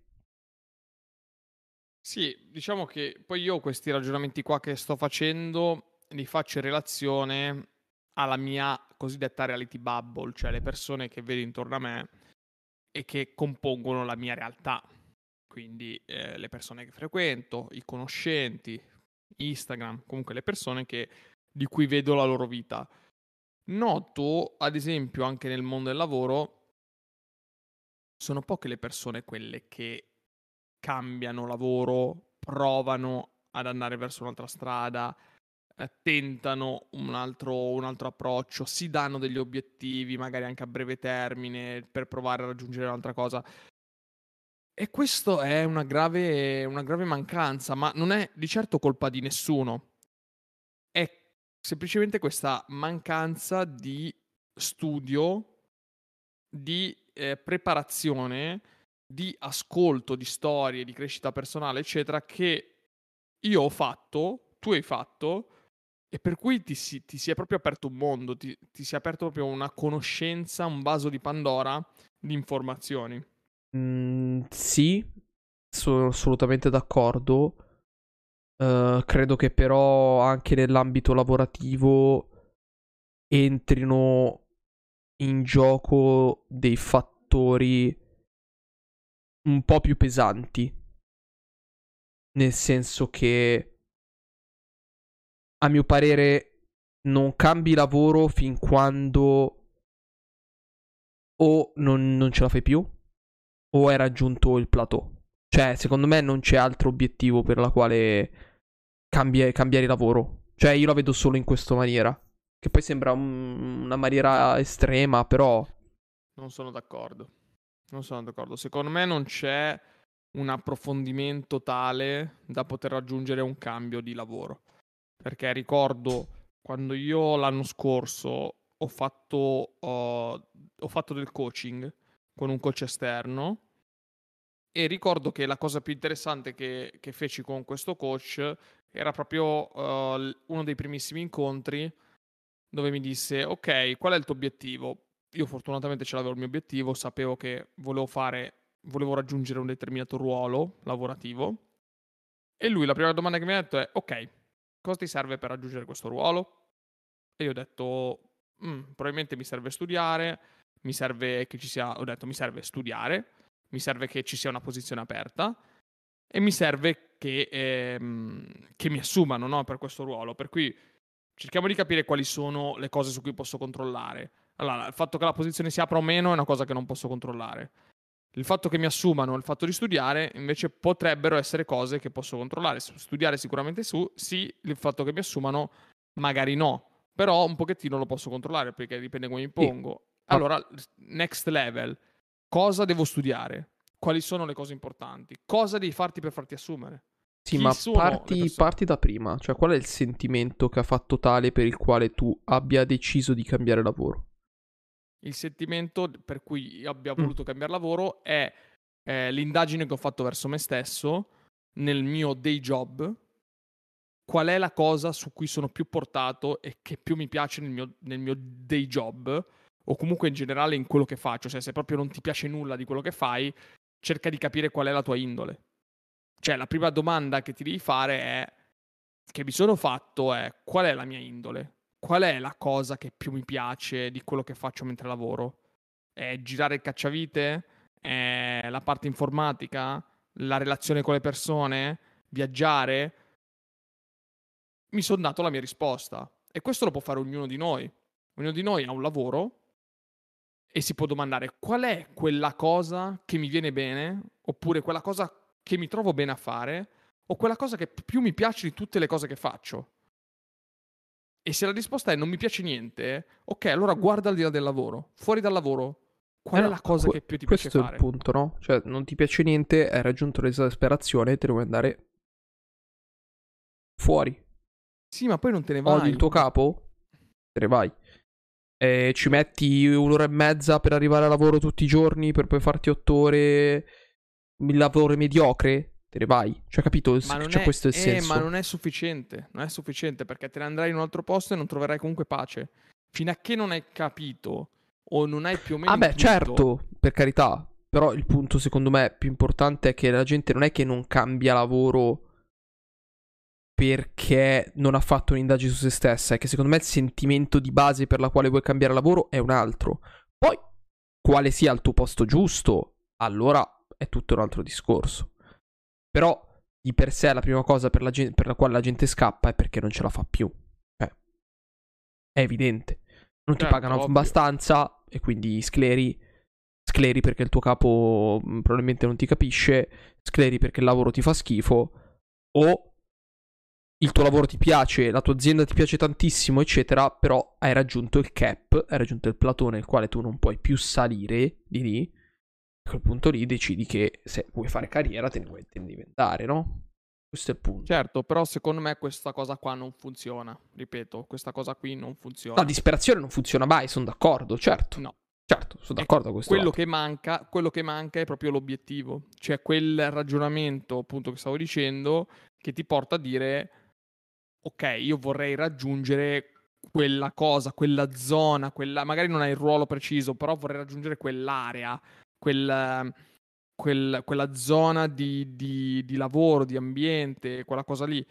Speaker 2: Sì, diciamo che poi io questi ragionamenti qua che sto facendo li faccio in relazione alla mia cosiddetta reality bubble, cioè le persone che vedo intorno a me e che compongono la mia realtà. Quindi eh, le persone che frequento, i conoscenti, Instagram, comunque le persone che- di cui vedo la loro vita. Noto, ad esempio, anche nel mondo del lavoro, sono poche le persone quelle che cambiano lavoro, provano ad andare verso un'altra strada, eh, tentano un altro, un altro approccio, si danno degli obiettivi, magari anche a breve termine, per provare a raggiungere un'altra cosa. E questo è una grave, una grave mancanza, ma non è di certo colpa di nessuno. È semplicemente questa mancanza di studio, di eh, preparazione, di ascolto di storie, di crescita personale, eccetera, che io ho fatto, tu hai fatto, e per cui ti si, ti si è proprio aperto un mondo, ti, ti si è aperto proprio una conoscenza, un vaso di Pandora di informazioni.
Speaker 1: Mm, sì, sono assolutamente d'accordo. Eh, credo che però anche nell'ambito lavorativo entrino in gioco dei fattori un po' più pesanti. Nel senso che, a mio parere, non cambi lavoro fin quando o non, non ce la fai più o hai raggiunto il plateau. Cioè, secondo me non c'è altro obiettivo per la quale cambi- cambiare lavoro. Cioè, io la vedo solo in questa maniera. Che poi sembra un- una
Speaker 2: No,
Speaker 1: maniera estrema, però.
Speaker 2: non sono d'accordo. Non sono d'accordo. Secondo me non c'è un approfondimento tale da poter raggiungere un cambio di lavoro. Perché ricordo quando io l'anno scorso ho fatto, ho, ho fatto del coaching con un coach esterno e ricordo che la cosa più interessante che, che feci con questo coach era proprio eh, l- uno dei primissimi incontri dove mi disse: Ok, qual è il tuo obiettivo? Io fortunatamente ce l'avevo il mio obiettivo, sapevo che volevo fare, volevo raggiungere un determinato ruolo lavorativo. E lui la prima domanda che mi ha detto è: Ok, cosa ti serve per raggiungere questo ruolo? E io ho detto: mm, probabilmente mi serve studiare, mi serve che ci sia, ho detto mi serve studiare, mi serve che ci sia una posizione aperta e mi serve che, ehm, che mi assumano, no, per questo ruolo. Per cui cerchiamo di capire quali sono le cose su cui posso controllare. Allora, il fatto che la posizione si apra o meno è una cosa che non posso controllare. Il fatto che mi assumano, il fatto di studiare, invece potrebbero essere cose che posso controllare. Studiare sicuramente su, sì, il fatto che mi assumano magari no, però un pochettino lo posso controllare perché dipende come mi
Speaker 1: Sì,
Speaker 2: pongo.
Speaker 1: ma,
Speaker 2: Allora, next level, cosa devo studiare? Quali sono le cose importanti? Cosa devi farti per farti assumere?
Speaker 1: sì,
Speaker 2: Chi
Speaker 1: ma
Speaker 2: sono le
Speaker 1: parti,
Speaker 2: persone?
Speaker 1: parti da prima. Cioè, qual è il sentimento che ha fatto tale per il quale tu abbia deciso di cambiare lavoro?
Speaker 2: Il sentimento per cui io abbia
Speaker 1: Mm,
Speaker 2: voluto cambiare lavoro è eh, l'indagine che ho fatto verso me stesso nel mio day job. Qual è la cosa su cui sono più portato e che più mi piace nel mio, nel mio day job o comunque in generale in quello che faccio. Cioè, se proprio non ti piace nulla di quello che fai, cerca di capire qual è la tua indole. Cioè, la prima domanda che ti devi fare è, che mi sono fatto è, qual è la mia indole? Qual è la cosa che più mi piace di quello che faccio mentre lavoro? È girare il cacciavite? È la parte informatica? La relazione con le persone? Viaggiare? Mi sono dato la mia risposta. E questo lo può fare ognuno di noi. Ognuno di noi ha un lavoro e si può domandare qual è quella cosa che mi viene bene, oppure quella cosa che mi trovo bene a fare, o quella cosa che più mi piace di tutte le cose che faccio. E se la risposta è non mi piace niente, ok, allora guarda al di là del lavoro. Fuori dal lavoro,
Speaker 1: Eh
Speaker 2: qual è
Speaker 1: no,
Speaker 2: la cosa
Speaker 1: que-
Speaker 2: che più ti piace
Speaker 1: questo è il
Speaker 2: fare?
Speaker 1: punto, no? Cioè, non ti piace niente, hai raggiunto l'esasperazione, te ne vuoi andare fuori.
Speaker 2: Sì, ma poi non te ne
Speaker 1: Odi il
Speaker 2: vai.
Speaker 1: tuo capo? Te ne vai. E ci metti un'ora e mezza per arrivare a lavoro tutti i giorni, per poi farti otto ore il lavoro mediocre? Te ne vai. Cioè, capito?
Speaker 2: Ma non
Speaker 1: Cioè,
Speaker 2: è,
Speaker 1: questo è il
Speaker 2: eh, ma
Speaker 1: senso.
Speaker 2: non è sufficiente. Non è sufficiente perché te ne andrai in un altro posto e non troverai comunque pace. Fino a che non hai capito o non hai più o meno
Speaker 1: Ah beh,
Speaker 2: intuito.
Speaker 1: certo, per carità. Però il punto secondo me più importante è che la gente non è che non cambia lavoro perché non ha fatto un'indagine su se stessa, è che secondo me il sentimento di base per la quale vuoi cambiare lavoro è un altro. Poi, quale sia il tuo posto giusto, allora è tutto un altro discorso. Però, di per sé, la prima cosa per la, gen- per la quale la gente scappa è perché non ce la fa più. Cioè, è evidente. Non ti
Speaker 2: Certo,
Speaker 1: pagano
Speaker 2: ovvio.
Speaker 1: abbastanza e quindi scleri. Scleri perché il tuo capo mh, probabilmente non ti capisce. Scleri perché il lavoro ti fa schifo. O il tuo lavoro ti piace, la tua azienda ti piace tantissimo, eccetera, però hai raggiunto il cap, hai raggiunto il plateau nel quale tu non puoi più salire di lì. A quel punto lì decidi che se vuoi fare carriera te ne vuoi te ne devi andare, no? Questo è il punto.
Speaker 2: Certo, però secondo me questa cosa qua non funziona. Ripeto, questa cosa qui non
Speaker 1: La
Speaker 2: funziona.
Speaker 1: disperazione non funziona mai, sono d'accordo, certo.
Speaker 2: No.
Speaker 1: Certo, sono
Speaker 2: E
Speaker 1: d'accordo a questo
Speaker 2: quello
Speaker 1: lato.
Speaker 2: che manca, quello che manca è proprio l'obiettivo. Cioè quel ragionamento, appunto, che stavo dicendo, che ti porta a dire, ok, io vorrei raggiungere quella cosa, quella zona, quella, magari non hai il ruolo preciso, però vorrei raggiungere quell'area, quel, quel- quella zona di, di- di lavoro, di ambiente, quella cosa lì.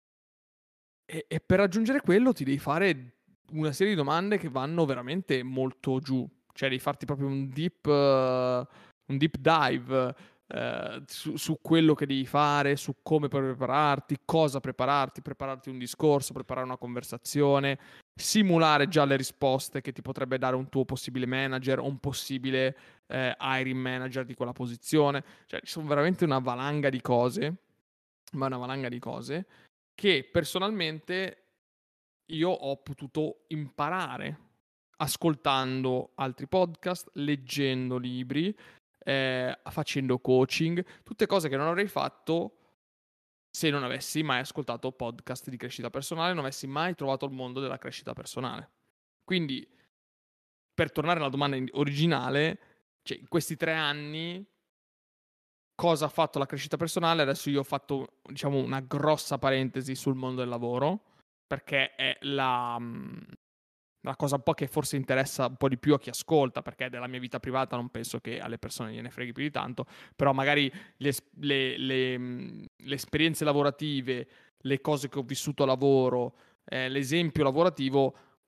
Speaker 2: E, e per raggiungere quello ti devi fare una serie di domande che vanno veramente molto giù. Cioè, devi farti proprio un deep, eh, un deep dive eh, su, su quello che devi fare, su come puoi prepararti, cosa prepararti, prepararti un discorso, preparare una conversazione, simulare già le risposte che ti potrebbe dare un tuo possibile manager o un possibile eh, hiring manager di quella posizione. Cioè, ci sono veramente una valanga di cose, ma una valanga di cose che personalmente io ho potuto imparare ascoltando altri podcast, leggendo libri, eh, facendo coaching, tutte cose che non avrei fatto se non avessi mai ascoltato podcast di crescita personale, non avessi mai trovato il mondo della crescita personale. Quindi, per tornare alla domanda originale, cioè, in questi tre anni cosa ha fatto la crescita personale? Adesso io ho fatto, diciamo, una grossa parentesi sul mondo del lavoro, perché è la, la cosa un po' che forse interessa un po' di più a chi ascolta, perché della mia vita privata non penso che alle persone gliene freghi più di tanto, però magari le, le, le, le esperienze lavorative, le cose che ho vissuto a lavoro, eh, l'esempio lavorativo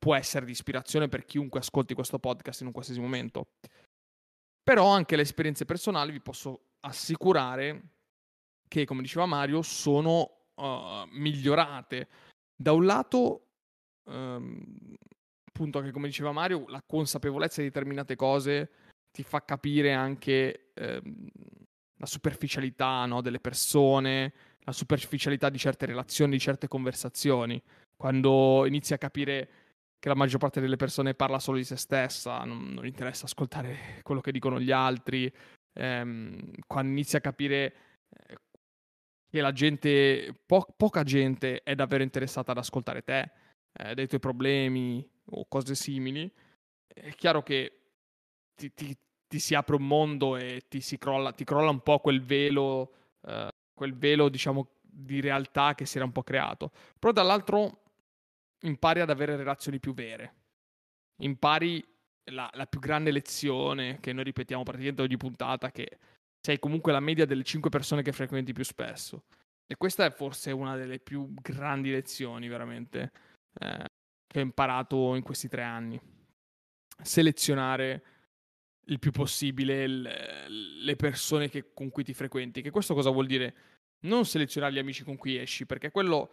Speaker 2: può essere di ispirazione per chiunque ascolti questo podcast in un qualsiasi momento. Però anche le esperienze personali vi posso assicurare che, come diceva Mario, sono uh, migliorate. Da un lato, um, appunto, che come diceva Mario, la consapevolezza di determinate cose ti fa capire anche um, la superficialità, no, delle persone, la superficialità di certe relazioni, di certe conversazioni. Quando inizi a capire che la maggior parte delle persone parla solo di se stessa, non, non interessa ascoltare quello che dicono gli altri, ehm, quando inizi a capire eh, che la gente, po- poca gente è davvero interessata ad ascoltare te, eh, dei tuoi problemi o cose simili, è chiaro che ti, ti, ti si apre un mondo e ti si crolla, ti crolla un po' quel velo, eh, quel velo, diciamo, di realtà che si era un po' creato. Però dall'altro impari ad avere relazioni più vere. Impari la, la più grande lezione che noi ripetiamo praticamente ogni puntata, che sei comunque la media delle cinque persone che frequenti più spesso. E questa è forse una delle più grandi lezioni, veramente, eh, che ho imparato in questi tre anni. Selezionare il più possibile le, le persone che, con cui ti frequenti. Che questo cosa vuol dire? Non selezionare gli amici con cui esci, perché quello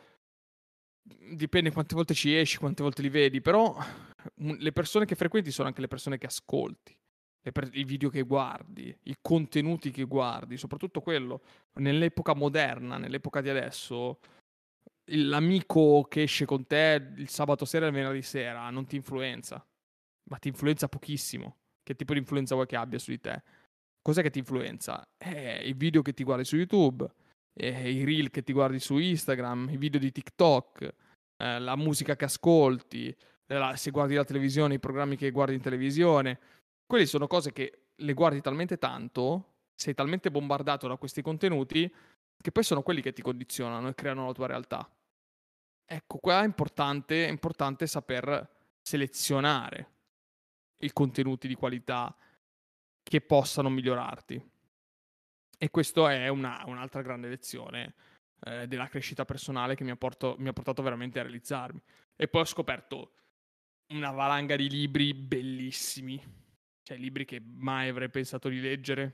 Speaker 2: dipende quante volte ci esci, quante volte li vedi, però le persone che frequenti sono anche le persone che ascolti, le per- i video che guardi, i contenuti che guardi, soprattutto quello. Nell'epoca moderna, nell'epoca di adesso, il- l'amico che esce con te il sabato sera e il venerdì sera non ti influenza, ma ti influenza pochissimo. Che tipo di influenza vuoi che abbia su di te? Cos'è che ti influenza? Eh, i video che ti guardi su YouTube, eh, i reel che ti guardi su Instagram, i video di TikTok, eh, la musica che ascolti, eh, la- se guardi la televisione, i programmi che guardi in televisione. Quelli sono cose che le guardi talmente tanto, sei talmente bombardato da questi contenuti, che poi sono quelli che ti condizionano e creano la tua realtà. Ecco, qua è importante, è importante saper selezionare i contenuti di qualità che possano migliorarti. E questo è una, un'altra grande lezione eh, della crescita personale che mi ha, porto, mi ha portato veramente a realizzarmi. E poi ho scoperto una valanga di libri bellissimi, cioè libri che mai avrei pensato di leggere,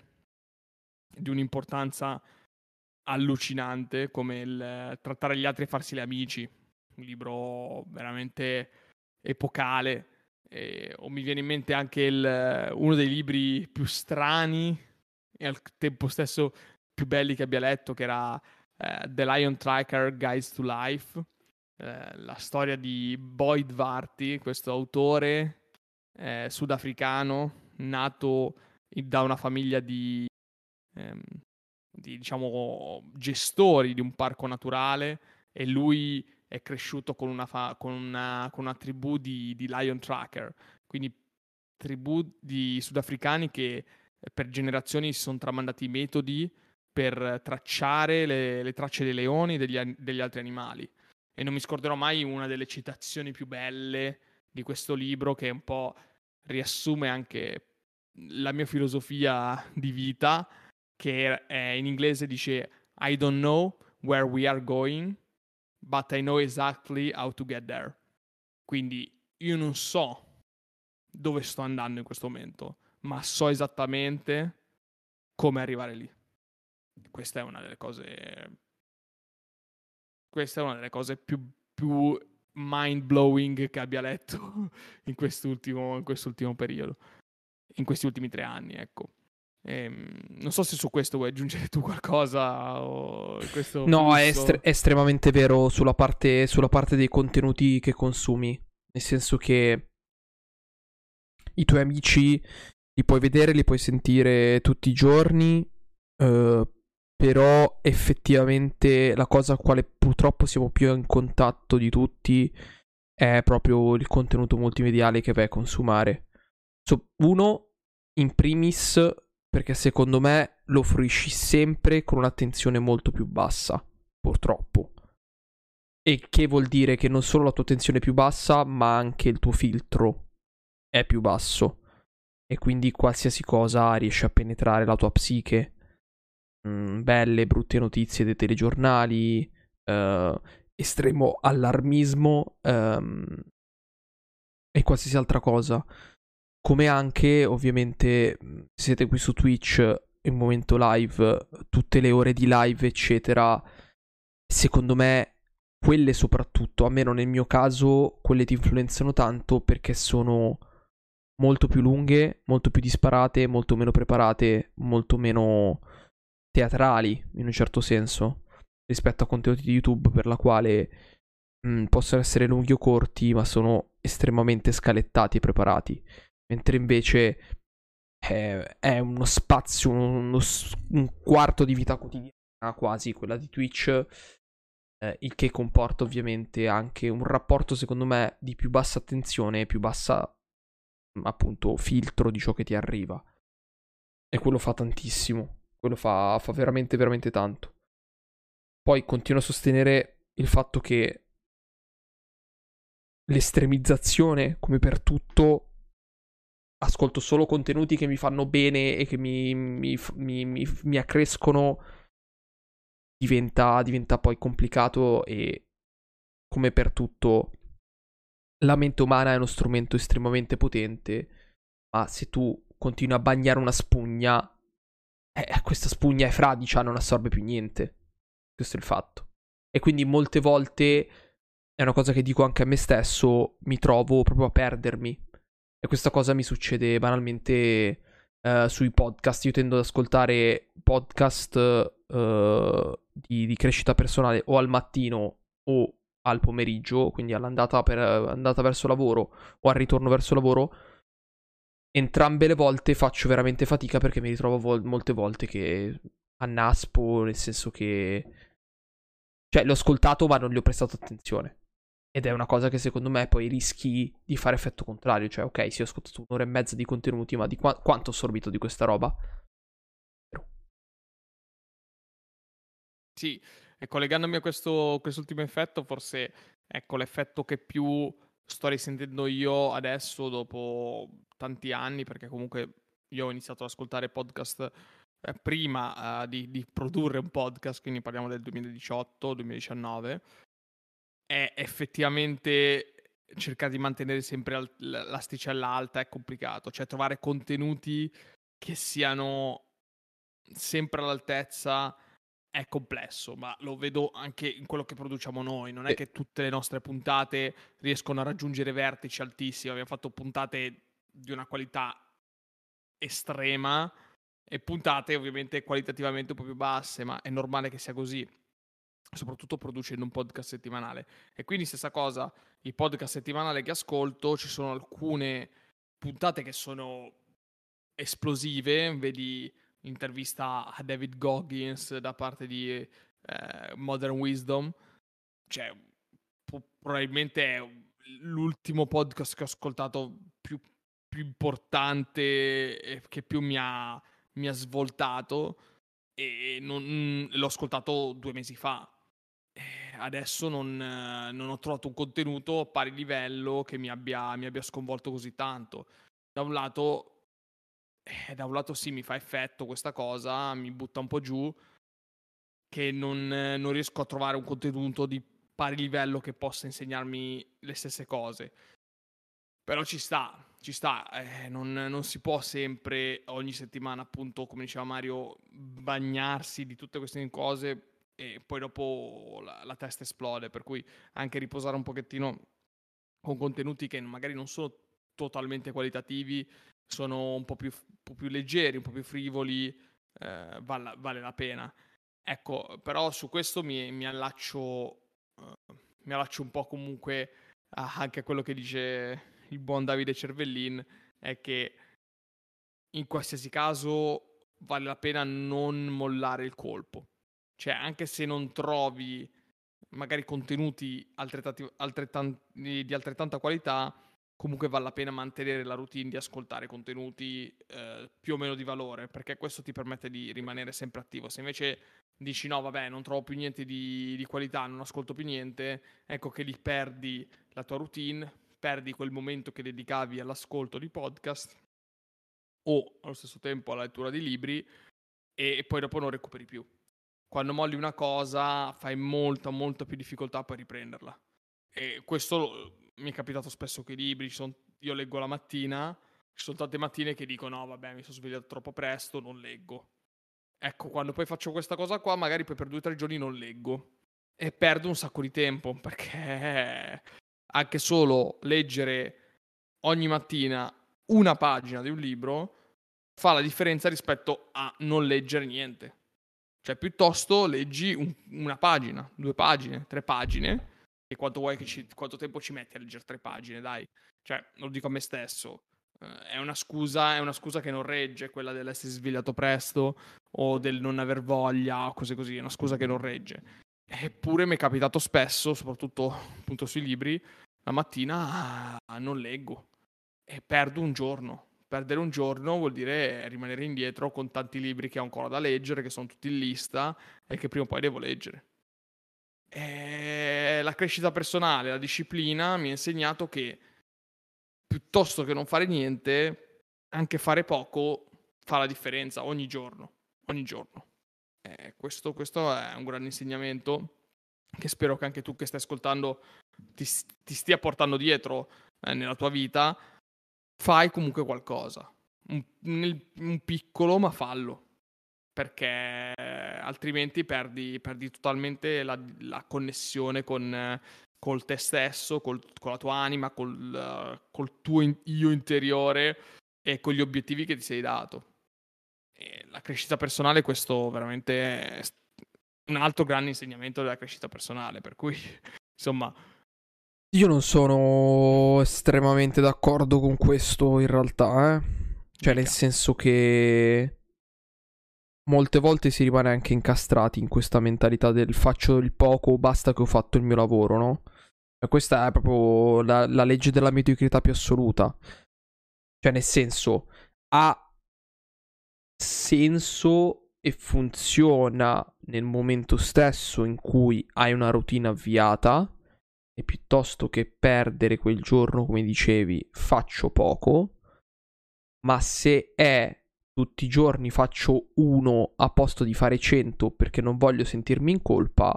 Speaker 2: di un'importanza allucinante, come il eh, Trattare gli altri e farsi gli amici, un libro veramente epocale. E, o mi viene in mente anche il, uno dei libri più strani e al tempo stesso più belli che abbia letto, che era eh, The Lion Tracker Guides to Life, eh, la storia di Boyd Varty, questo autore eh, sudafricano nato da una famiglia di, ehm, di diciamo gestori di un parco naturale, e lui è cresciuto con una, fa- con una, con una tribù di, di Lion Tracker, quindi tribù di sudafricani che eh, per generazioni si sono tramandati i metodi per tracciare le, le tracce dei leoni e degli, degli altri animali. E non mi scorderò mai una delle citazioni più belle di questo libro, che un po' riassume anche la mia filosofia di vita, che è, in inglese dice I don't know where we are going, but I know exactly how to get there. Quindi io non so dove sto andando in questo momento, ma so esattamente come arrivare lì. Questa è una delle cose. Questa è una delle cose più, più mind blowing che abbia letto in quest'ultimo, in quest'ultimo periodo, in questi ultimi tre anni, ecco. Ehm, non so se su questo vuoi aggiungere tu qualcosa o questo
Speaker 1: No, è,
Speaker 2: flusso.
Speaker 1: estre- è estremamente vero sulla parte, sulla parte dei contenuti che consumi. Nel senso che i tuoi amici li puoi vedere, li puoi sentire tutti i giorni, eh, però effettivamente la cosa a quale purtroppo siamo più in contatto di tutti è proprio il contenuto multimediale che vai a consumare. So, uno, in primis, perché secondo me lo fruisci sempre con un'attenzione molto più bassa, purtroppo. E che vuol dire che non solo la tua attenzione è più bassa, ma anche il tuo filtro è più basso. E quindi qualsiasi cosa riesce a penetrare la tua psiche. Mm, belle, brutte notizie dei telegiornali, eh, estremo allarmismo, ehm, e qualsiasi altra cosa. Come anche, ovviamente, se siete qui su Twitch, il momento live, tutte le ore di live, eccetera, secondo me, quelle soprattutto, almeno nel mio caso, quelle ti influenzano tanto perché sono molto più lunghe, molto più disparate, molto meno preparate, molto meno teatrali, in un certo senso, rispetto a contenuti di YouTube per la quale mh, possono essere lunghi o corti, ma sono estremamente scalettati e preparati. Mentre invece è, è uno spazio, uno, un quarto di vita quotidiana quasi, quella di Twitch, eh, il che comporta ovviamente anche un rapporto, secondo me, di più bassa attenzione e più bassa, appunto, filtro di ciò che ti arriva. E quello fa tantissimo. Quello fa, fa veramente, veramente tanto. Poi continuo a sostenere il fatto che l'estremizzazione, come per tutto, ascolto solo contenuti che mi fanno bene e che mi, mi, mi, mi, mi accrescono, diventa, diventa poi complicato e, come per tutto, la mente umana è uno strumento estremamente potente, ma se tu continui a bagnare una spugna, eh, questa spugna è fradicia, non assorbe più niente. Questo è il fatto. E quindi molte volte, è una cosa che dico anche a me stesso, mi trovo proprio a perdermi. E questa cosa mi succede banalmente eh, sui podcast. Io tendo ad ascoltare podcast eh, di, di crescita personale o al mattino o al pomeriggio, quindi all'andata per, andata verso lavoro o al ritorno verso lavoro. Entrambe le volte faccio veramente fatica perché mi ritrovo vol- molte volte che annaspo, nel senso che... Cioè, l'ho ascoltato ma non gli ho prestato attenzione. Ed è una cosa che secondo me poi rischi di fare effetto contrario. Cioè, ok, sì, ho ascoltato un'ora e mezza di contenuti, ma di qua- quanto ho assorbito di questa roba?
Speaker 2: Sì, e collegandomi a questo quest'ultimo effetto, forse ecco l'effetto che più sto risentendo io adesso dopo tanti anni, perché comunque io ho iniziato ad ascoltare podcast eh, prima eh, di, di produrre un podcast, quindi parliamo del duemiladiciotto duemiladiciannove, è effettivamente cercare di mantenere sempre al- l'asticella alta è complicato, cioè trovare contenuti che siano sempre all'altezza è complesso, ma lo vedo anche in quello che produciamo noi. Non è
Speaker 1: Eh,
Speaker 2: che tutte le nostre puntate riescono a raggiungere vertici altissimi. Abbiamo fatto puntate di una qualità estrema e puntate ovviamente qualitativamente un po' più basse, ma è normale che sia così, soprattutto producendo un podcast settimanale. E quindi stessa cosa, il podcast settimanale che ascolto, ci sono alcune puntate che sono esplosive, vedi l'intervista a David Goggins da parte di eh, Modern Wisdom, cioè po- probabilmente è l'ultimo podcast che ho ascoltato più, più importante e che più mi ha, mi ha svoltato, e non- l'ho ascoltato due mesi fa. Eh, Adesso non, eh, non ho trovato un contenuto a pari livello che mi abbia, mi abbia sconvolto così tanto. Da un lato eh, da un lato sì, mi fa effetto questa cosa, mi butta un po' giù, che non, eh, non riesco a trovare un contenuto di pari livello che possa insegnarmi le stesse cose. Però ci sta, ci sta, eh, non, non si può sempre, ogni settimana, appunto, come diceva Mario, bagnarsi di tutte queste cose e poi dopo la, la testa esplode, per cui anche riposare un pochettino con contenuti che magari non sono totalmente qualitativi, sono un po' più, un po' più leggeri, un po' più frivoli, eh, vale, vale la pena. Ecco, però su questo mi, mi allaccio, eh, mi allaccio un po' comunque a- anche a quello che dice il buon Davide Cervellin, è che in qualsiasi caso vale la pena non mollare il colpo. Cioè, anche se non trovi magari contenuti altrettanti- altrettanti- di altrettanta qualità, comunque vale la pena mantenere la routine di ascoltare contenuti eh, più o meno di valore, perché questo ti permette di rimanere sempre attivo. Se invece dici no, vabbè, non trovo più niente di, di qualità, non ascolto più niente, ecco che lì perdi la tua routine, perdi quel momento che dedicavi all'ascolto di podcast o allo stesso tempo alla lettura di libri, e poi dopo non recuperi più. Quando molli una cosa fai molta, molta più difficoltà per riprenderla. E questo mi è capitato spesso con i libri, ci sono io leggo la mattina, ci sono tante mattine che dico no vabbè mi sono svegliato troppo presto, non leggo. Ecco, quando poi faccio questa cosa qua, magari poi per due o tre giorni non leggo e perdo un sacco di tempo, perché anche solo leggere ogni mattina una pagina di un libro fa la differenza rispetto a non leggere niente. Cioè, piuttosto leggi un- una pagina, due pagine, tre pagine, e quanto vuoi che ci, quanto tempo ci metti a leggere tre pagine, dai. Cioè, lo dico a me stesso. eh, è una scusa, è una scusa che non regge, quella dell'essere svegliato presto o del non aver voglia o cose così, è una scusa che non regge. Eppure mi è capitato spesso, soprattutto appunto sui libri, la mattina ah, non leggo e perdo un giorno. Perdere un giorno vuol dire rimanere indietro con tanti libri che ho ancora da leggere, che sono tutti in lista e che prima o poi devo leggere. E la crescita personale, la disciplina mi ha insegnato che piuttosto che non fare niente, anche fare poco fa la differenza ogni giorno. Ogni giorno. Eh, questo, questo è un grande insegnamento che spero che anche tu che stai ascoltando ti, ti stia portando dietro eh, nella tua vita. Fai comunque qualcosa, un, nel- un piccolo ma fallo, perché altrimenti perdi, perdi totalmente la, la connessione con, eh, col te stesso, col- con la tua anima, col, eh, col tuo in- io interiore e con gli obiettivi che ti sei dato. E la crescita personale, questo veramente è un altro grande insegnamento della crescita personale, per cui insomma.
Speaker 1: Io non sono estremamente d'accordo con questo in realtà, eh. Cioè, nel
Speaker 2: Dica.
Speaker 1: senso che molte volte si rimane anche incastrati in questa mentalità del faccio il poco, basta che ho fatto il mio lavoro, no? E questa è proprio la, la legge della mediocrità più assoluta. Cioè, nel senso, ha senso e funziona nel momento stesso in cui hai una routine avviata e piuttosto che perdere quel giorno, come dicevi, faccio poco, ma se è tutti i giorni faccio uno a posto di fare cento perché non voglio sentirmi in colpa,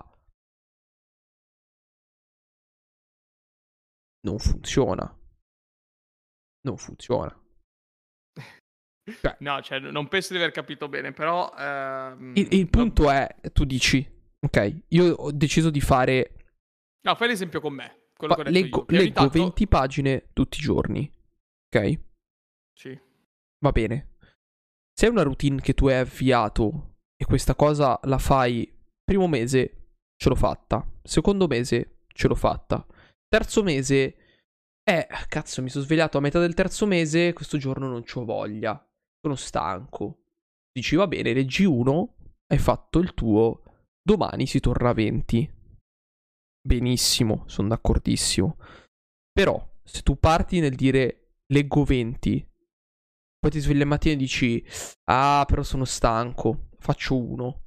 Speaker 1: non funziona. Non funziona. Cioè,
Speaker 2: No, cioè, non penso di aver capito bene, però
Speaker 1: il,
Speaker 2: ehm,
Speaker 1: il
Speaker 2: no,
Speaker 1: punto è, tu dici, ok, io ho deciso di fare,
Speaker 2: no, fai l'esempio con me, quello
Speaker 1: fa-
Speaker 2: che ho detto
Speaker 1: leggo,
Speaker 2: io, che ogni
Speaker 1: leggo
Speaker 2: tanto.
Speaker 1: venti pagine tutti i giorni, ok?
Speaker 2: Sì.
Speaker 1: Va bene. Se è una routine che tu hai avviato e questa cosa la fai primo mese, ce l'ho fatta. Secondo mese, ce l'ho fatta. Terzo mese, eh, cazzo, mi sono svegliato a metà del terzo mese, questo giorno non c'ho voglia. Sono stanco. Dici, va bene, leggi uno, hai fatto il tuo, domani si torna a venti. Benissimo, sono d'accordissimo. Però, se tu parti nel dire leggo venti, poi ti svegli la mattina e dici, ah, però sono stanco, faccio uno.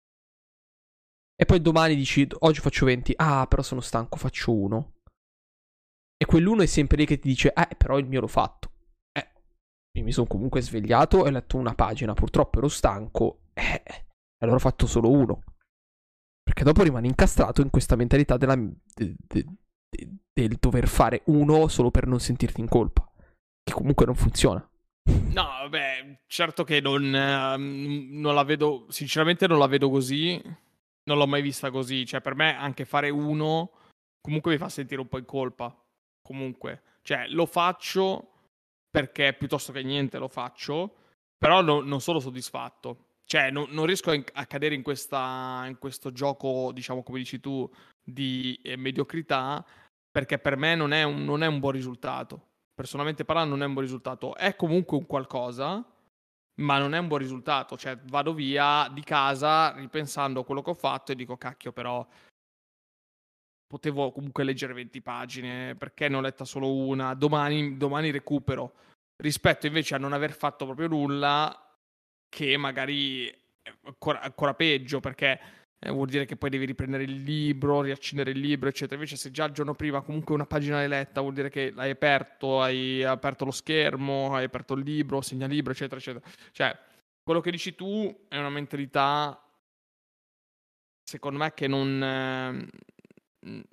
Speaker 1: E poi domani dici, oggi faccio venti, ah, però sono stanco, faccio uno. E quell'uno è sempre lì che ti dice, eh, però il mio l'ho fatto. Eh, io mi sono comunque svegliato e ho letto una pagina, purtroppo ero stanco, eh, e allora ho fatto solo uno. Perché dopo rimani incastrato in questa mentalità della, de, de, de, del dover fare uno solo per non sentirti in colpa. Che comunque non funziona.
Speaker 2: No, vabbè, certo che non, ehm, non la vedo, sinceramente non la vedo così, non l'ho mai vista così, cioè per me anche fare uno comunque mi fa sentire un po' in colpa, comunque, cioè lo faccio perché piuttosto che niente lo faccio, però no- non sono soddisfatto, cioè no- non riesco a, in- a cadere in, questa, in questo gioco, diciamo come dici tu, di eh, mediocrità, perché per me non è un, non è un buon risultato. Personalmente parlando non è un buon risultato, è comunque un qualcosa, ma non è un buon risultato, cioè vado via di casa ripensando a quello che ho fatto e dico cacchio però potevo comunque leggere venti pagine, perché ne ho letta solo una, domani, domani recupero, rispetto invece a non aver fatto proprio nulla, che magari è ancora, ancora peggio, perché eh, vuol dire che poi devi riprendere il libro, riaccendere il libro, eccetera. Invece se già il giorno prima comunque una pagina l'hai letta, vuol dire che l'hai aperto, hai aperto lo schermo, hai aperto il libro, segnalibro, eccetera, eccetera. Cioè, quello che dici tu è una mentalità, secondo me, che non... eh,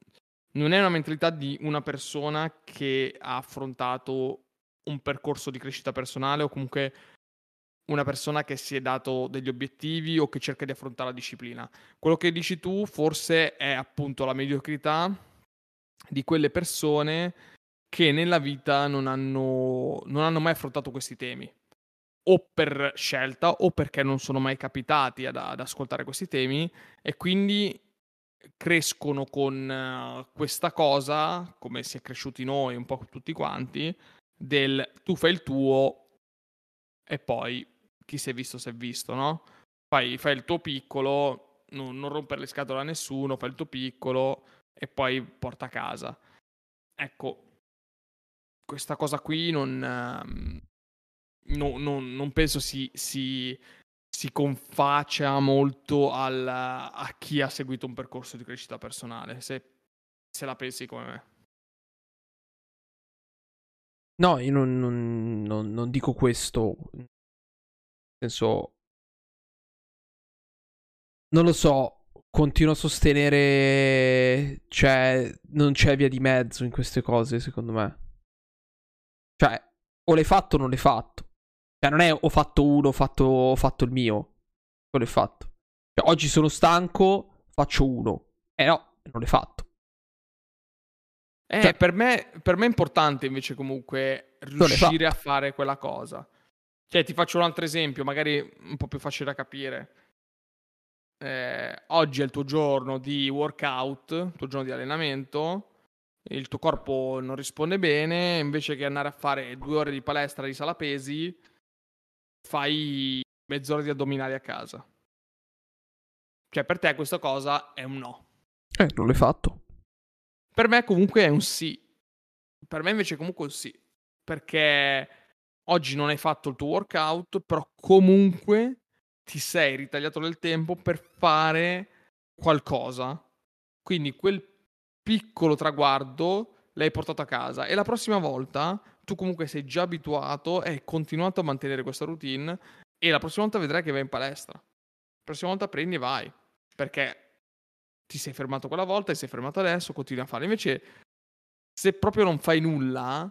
Speaker 2: non è una mentalità di una persona che ha affrontato un percorso di crescita personale o comunque una persona che si è dato degli obiettivi o che cerca di affrontare la disciplina. Quello che dici tu forse è appunto la mediocrità di quelle persone che nella vita non hanno, non hanno mai affrontato questi temi, o per scelta o perché non sono mai capitati ad, ad ascoltare questi temi e quindi crescono con eh, questa cosa, come si è cresciuti noi, un po' tutti quanti, del tu fai il tuo e poi chi si è visto si è visto, no? Fai, fai il tuo piccolo, non, non rompere le scatole a nessuno, fai il tuo piccolo e poi porta a casa. Ecco, questa cosa qui non, ehm, no- non- non penso si, si, si confaccia molto al- a chi ha seguito un percorso di crescita personale, se, se la pensi come me.
Speaker 1: No, io non, non- non- non dico questo. Nel senso, non lo so, continuo a sostenere, cioè, non c'è via di mezzo in queste cose, secondo me. Cioè, o l'hai fatto o non l'hai fatto. Cioè, non è ho fatto uno, ho fatto, ho fatto il mio. Quello è fatto. Cioè, oggi sono stanco, faccio uno. Eh no, non l'hai fatto.
Speaker 2: Eh,
Speaker 1: Cioè,
Speaker 2: per me, per me è importante invece comunque
Speaker 1: non l'hai
Speaker 2: riuscire a
Speaker 1: fatto.
Speaker 2: fare quella cosa. Cioè, ti faccio un altro esempio, magari un po' più facile da capire. Eh, oggi è il tuo giorno di workout, il tuo giorno di allenamento, il tuo corpo non risponde bene, invece che andare a fare due ore di palestra di sala pesi, fai mezz'ora di addominali a casa. Cioè, per te questa cosa è un no.
Speaker 1: Eh, non l'hai fatto.
Speaker 2: Per me comunque è un sì. Per me invece comunque è un sì. Perché oggi non hai fatto il tuo workout, però comunque ti sei ritagliato del tempo per fare qualcosa. Quindi quel piccolo traguardo l'hai portato a casa e la prossima volta tu comunque sei già abituato e hai continuato a mantenere questa routine e la prossima volta vedrai che vai in palestra. La prossima volta prendi e vai. Perché ti sei fermato quella volta, ti sei fermato adesso, continui a fare. Invece se proprio non fai nulla,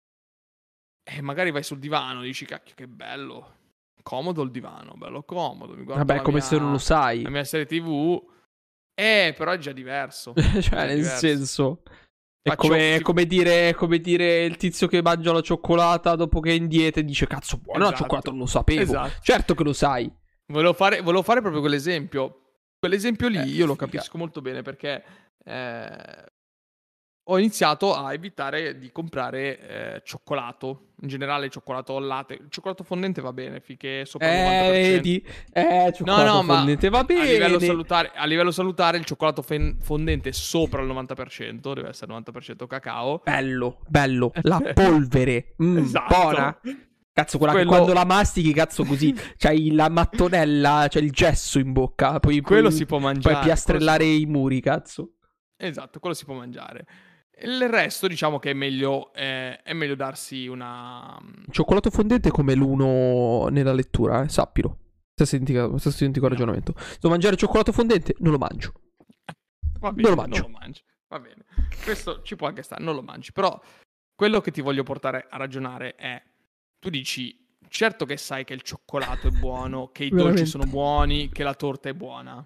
Speaker 2: eh, magari vai sul divano e dici cacchio che bello, comodo il divano, bello comodo, mi guardo
Speaker 1: Vabbè, è
Speaker 2: la
Speaker 1: come se non lo
Speaker 2: mia,
Speaker 1: sai.
Speaker 2: la mia serie tivù, eh, però è già diverso, è
Speaker 1: Cioè,
Speaker 2: già
Speaker 1: nel
Speaker 2: diverso.
Speaker 1: senso. È
Speaker 2: Faccio,
Speaker 1: come, è
Speaker 2: ti-
Speaker 1: come dire, è come dire il tizio che mangia la cioccolata dopo che è in dieta e dice cazzo buona la cioccolata,
Speaker 2: esatto,
Speaker 1: non lo sapevo.
Speaker 2: esatto.
Speaker 1: Certo che lo sai.
Speaker 2: Volevo fare, volevo fare proprio quell'esempio. Quell'esempio
Speaker 1: Eh,
Speaker 2: lì io lo
Speaker 1: figa.
Speaker 2: capisco molto bene perché eh, ho iniziato a evitare di comprare eh, cioccolato, in generale cioccolato al latte. Il cioccolato fondente va bene, finché è sopra il
Speaker 1: Eh,
Speaker 2: novanta per cento.
Speaker 1: vedi? Eh,
Speaker 2: No,
Speaker 1: cioccolato
Speaker 2: no, ma
Speaker 1: fondente va
Speaker 2: a livello
Speaker 1: bene.
Speaker 2: salutare, a livello salutare il cioccolato fen- fondente sopra il novanta per cento, deve essere novanta per cento cacao.
Speaker 1: Bello, bello. La polvere. Mm, buona.
Speaker 2: Esatto.
Speaker 1: Cazzo, quella che quando
Speaker 2: Quello,
Speaker 1: la mastichi, cazzo, così c'hai la mattonella, c'è il gesso in bocca. Poi
Speaker 2: quello
Speaker 1: puoi,
Speaker 2: si può
Speaker 1: puoi
Speaker 2: mangiare. Quello si
Speaker 1: piastrellare
Speaker 2: può-
Speaker 1: i muri, cazzo.
Speaker 2: Esatto, quello si può mangiare. Il resto, diciamo che è meglio, eh, è meglio darsi una.
Speaker 1: Il cioccolato fondente è come l'uno nella lettura, eh, sappilo. Stesso identico, stesso identico
Speaker 2: No,
Speaker 1: ragionamento. Se devo mangiare cioccolato fondente, non lo mangio.
Speaker 2: va
Speaker 1: Non lo
Speaker 2: bene, non
Speaker 1: mangio.
Speaker 2: lo mangi. Va bene. Questo ci può anche stare, non lo mangi. Però quello che ti voglio portare a ragionare è, tu dici, certo che sai che il cioccolato è buono, che i dolci sono
Speaker 1: Veramente.
Speaker 2: buoni, che la torta è buona.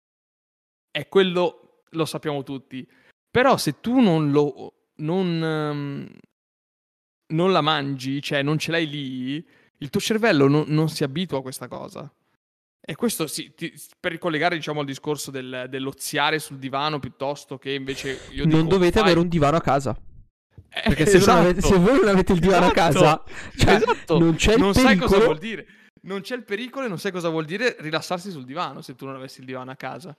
Speaker 2: E quello lo sappiamo tutti. Però se tu non lo non, ehm, non la mangi, cioè non ce l'hai lì, il tuo cervello non, non si abitua a questa cosa. E questo sì, ti- per ricollegare diciamo al discorso del, dell'oziare sul divano piuttosto che invece io
Speaker 1: Non
Speaker 2: dico
Speaker 1: dovete
Speaker 2: fai.
Speaker 1: avere un divano a casa.
Speaker 2: Eh,
Speaker 1: Perché se, non avete- se
Speaker 2: esatto,
Speaker 1: voi non avete il divano a casa,
Speaker 2: esatto,
Speaker 1: cioè,
Speaker 2: esatto.
Speaker 1: non c'è il
Speaker 2: Non sai cosa vuol
Speaker 1: pericolo.
Speaker 2: dire. Non c'è il pericolo e non sai cosa vuol dire rilassarsi sul divano se tu non avessi il divano a casa.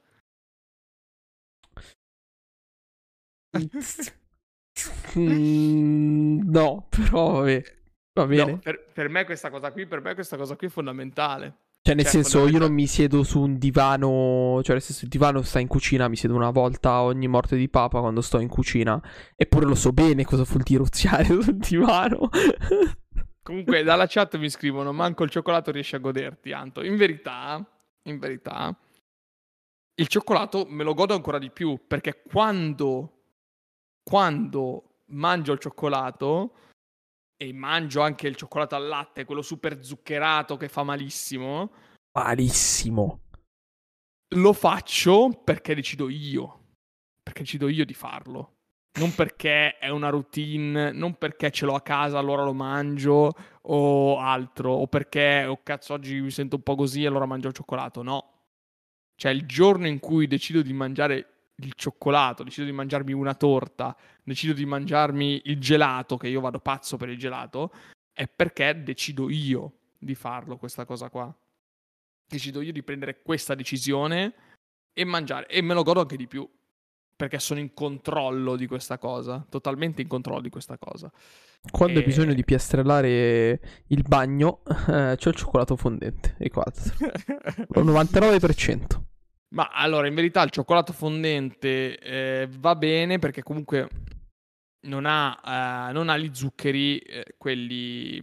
Speaker 1: Mm, no, però vabbè. Va
Speaker 2: No,
Speaker 1: bene.
Speaker 2: per, per me questa cosa qui, per me questa cosa qui è fondamentale.
Speaker 1: Cioè, nel
Speaker 2: Cioè, è
Speaker 1: senso, io non
Speaker 2: fondamentale.
Speaker 1: mi siedo su un divano. Cioè, nel senso, il divano sta in cucina. Mi siedo una volta ogni morte di papa quando sto in cucina. Eppure lo so bene cosa vuol dire oziare sul divano.
Speaker 2: Comunque, dalla chat mi scrivono: manco il cioccolato riesci a goderti, Anto. In verità, in verità, il cioccolato me lo godo ancora di più perché quando quando mangio il cioccolato, e mangio anche il cioccolato al latte, quello super zuccherato che fa malissimo,
Speaker 1: malissimo,
Speaker 2: lo faccio perché decido io, perché decido io di farlo. Non perché è una routine, non perché ce l'ho a casa, allora lo mangio, o altro, o perché, oh cazzo, oggi mi sento un po' così, allora mangio il cioccolato. No. Cioè, il giorno in cui decido di mangiare il cioccolato, decido di mangiarmi una torta, decido di mangiarmi il gelato, che io vado pazzo per il gelato, è perché decido io di farlo, questa cosa qua. Decido io di prendere questa decisione e mangiare, e me lo godo anche di più. Perché sono in controllo di questa cosa, totalmente in controllo di questa cosa.
Speaker 1: quando hai bisogno
Speaker 2: E...
Speaker 1: di piastrellare il bagno, eh, c'ho il cioccolato fondente, e quattro, al novantanove per cento.
Speaker 2: Ma allora, in verità il cioccolato fondente eh, va bene perché comunque non ha, eh, non ha gli zuccheri, eh, quelli,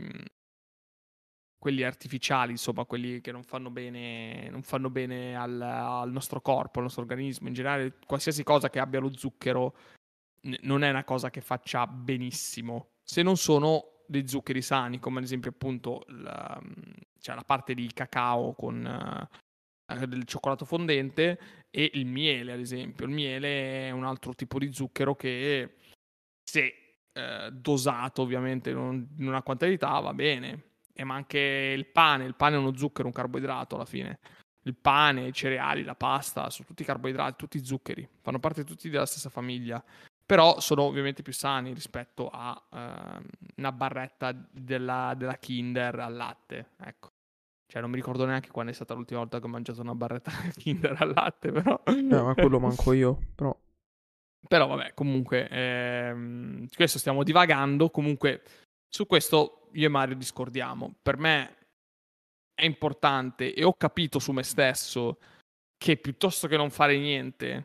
Speaker 2: quelli artificiali, insomma, quelli che non fanno bene, non fanno bene al, al nostro corpo, al nostro organismo. In generale, qualsiasi cosa che abbia lo zucchero n- non è una cosa che faccia benissimo, se non sono dei zuccheri sani, come ad esempio appunto la, cioè la parte di cacao con eh, del cioccolato fondente e il miele, ad esempio. Il miele è un altro tipo di zucchero che, se eh, dosato ovviamente in un- in una quantità, va bene. E ma anche il pane, il pane è uno zucchero, un carboidrato alla fine. Il pane, i cereali, la pasta, sono tutti carboidrati, tutti zuccheri, fanno parte tutti della stessa famiglia. Però sono ovviamente più sani rispetto a ehm, una barretta della, della Kinder al latte, ecco. Cioè, non mi ricordo neanche quando è stata l'ultima volta che ho mangiato una barretta Kinder al latte, però.
Speaker 1: Eh, ma quello manco io, però.
Speaker 2: Però vabbè, comunque, ehm, questo stiamo divagando. Comunque, su questo io e Mario discordiamo. Per me è importante, e ho capito su me stesso, che piuttosto che non fare niente,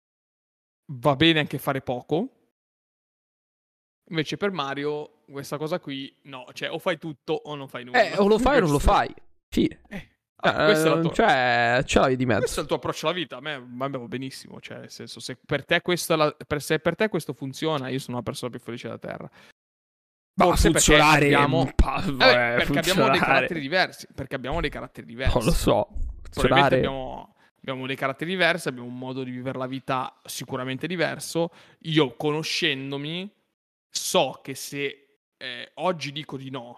Speaker 2: va bene anche fare poco. Invece per Mario, questa cosa qui, no. Cioè, o fai tutto o non fai
Speaker 1: Eh,
Speaker 2: nulla.
Speaker 1: o lo fai o non lo
Speaker 2: Questo-
Speaker 1: fai. Fine.
Speaker 2: Eh, vabbè, questa è la
Speaker 1: Eh,
Speaker 2: tua...
Speaker 1: cioè, ce l'avevi di
Speaker 2: Questo è
Speaker 1: mezzo.
Speaker 2: il tuo approccio alla vita. A me, a me va benissimo. Cioè, nel senso, se per te questo, è la- per, se per te questo funziona, io sono la persona più felice della terra.
Speaker 1: Ma
Speaker 2: Forse perché
Speaker 1: funzionare.
Speaker 2: abbiamo,
Speaker 1: pa-
Speaker 2: eh beh,
Speaker 1: vabbè,
Speaker 2: perché abbiamo dei
Speaker 1: funzionare.
Speaker 2: caratteri diversi. Perché abbiamo dei caratteri
Speaker 1: Non lo
Speaker 2: diversi.
Speaker 1: so.
Speaker 2: Probabilmente
Speaker 1: Funzionare.
Speaker 2: abbiamo, abbiamo dei caratteri diversi, abbiamo un modo di vivere la vita sicuramente diverso. Io, conoscendomi, so che se eh, oggi dico di no,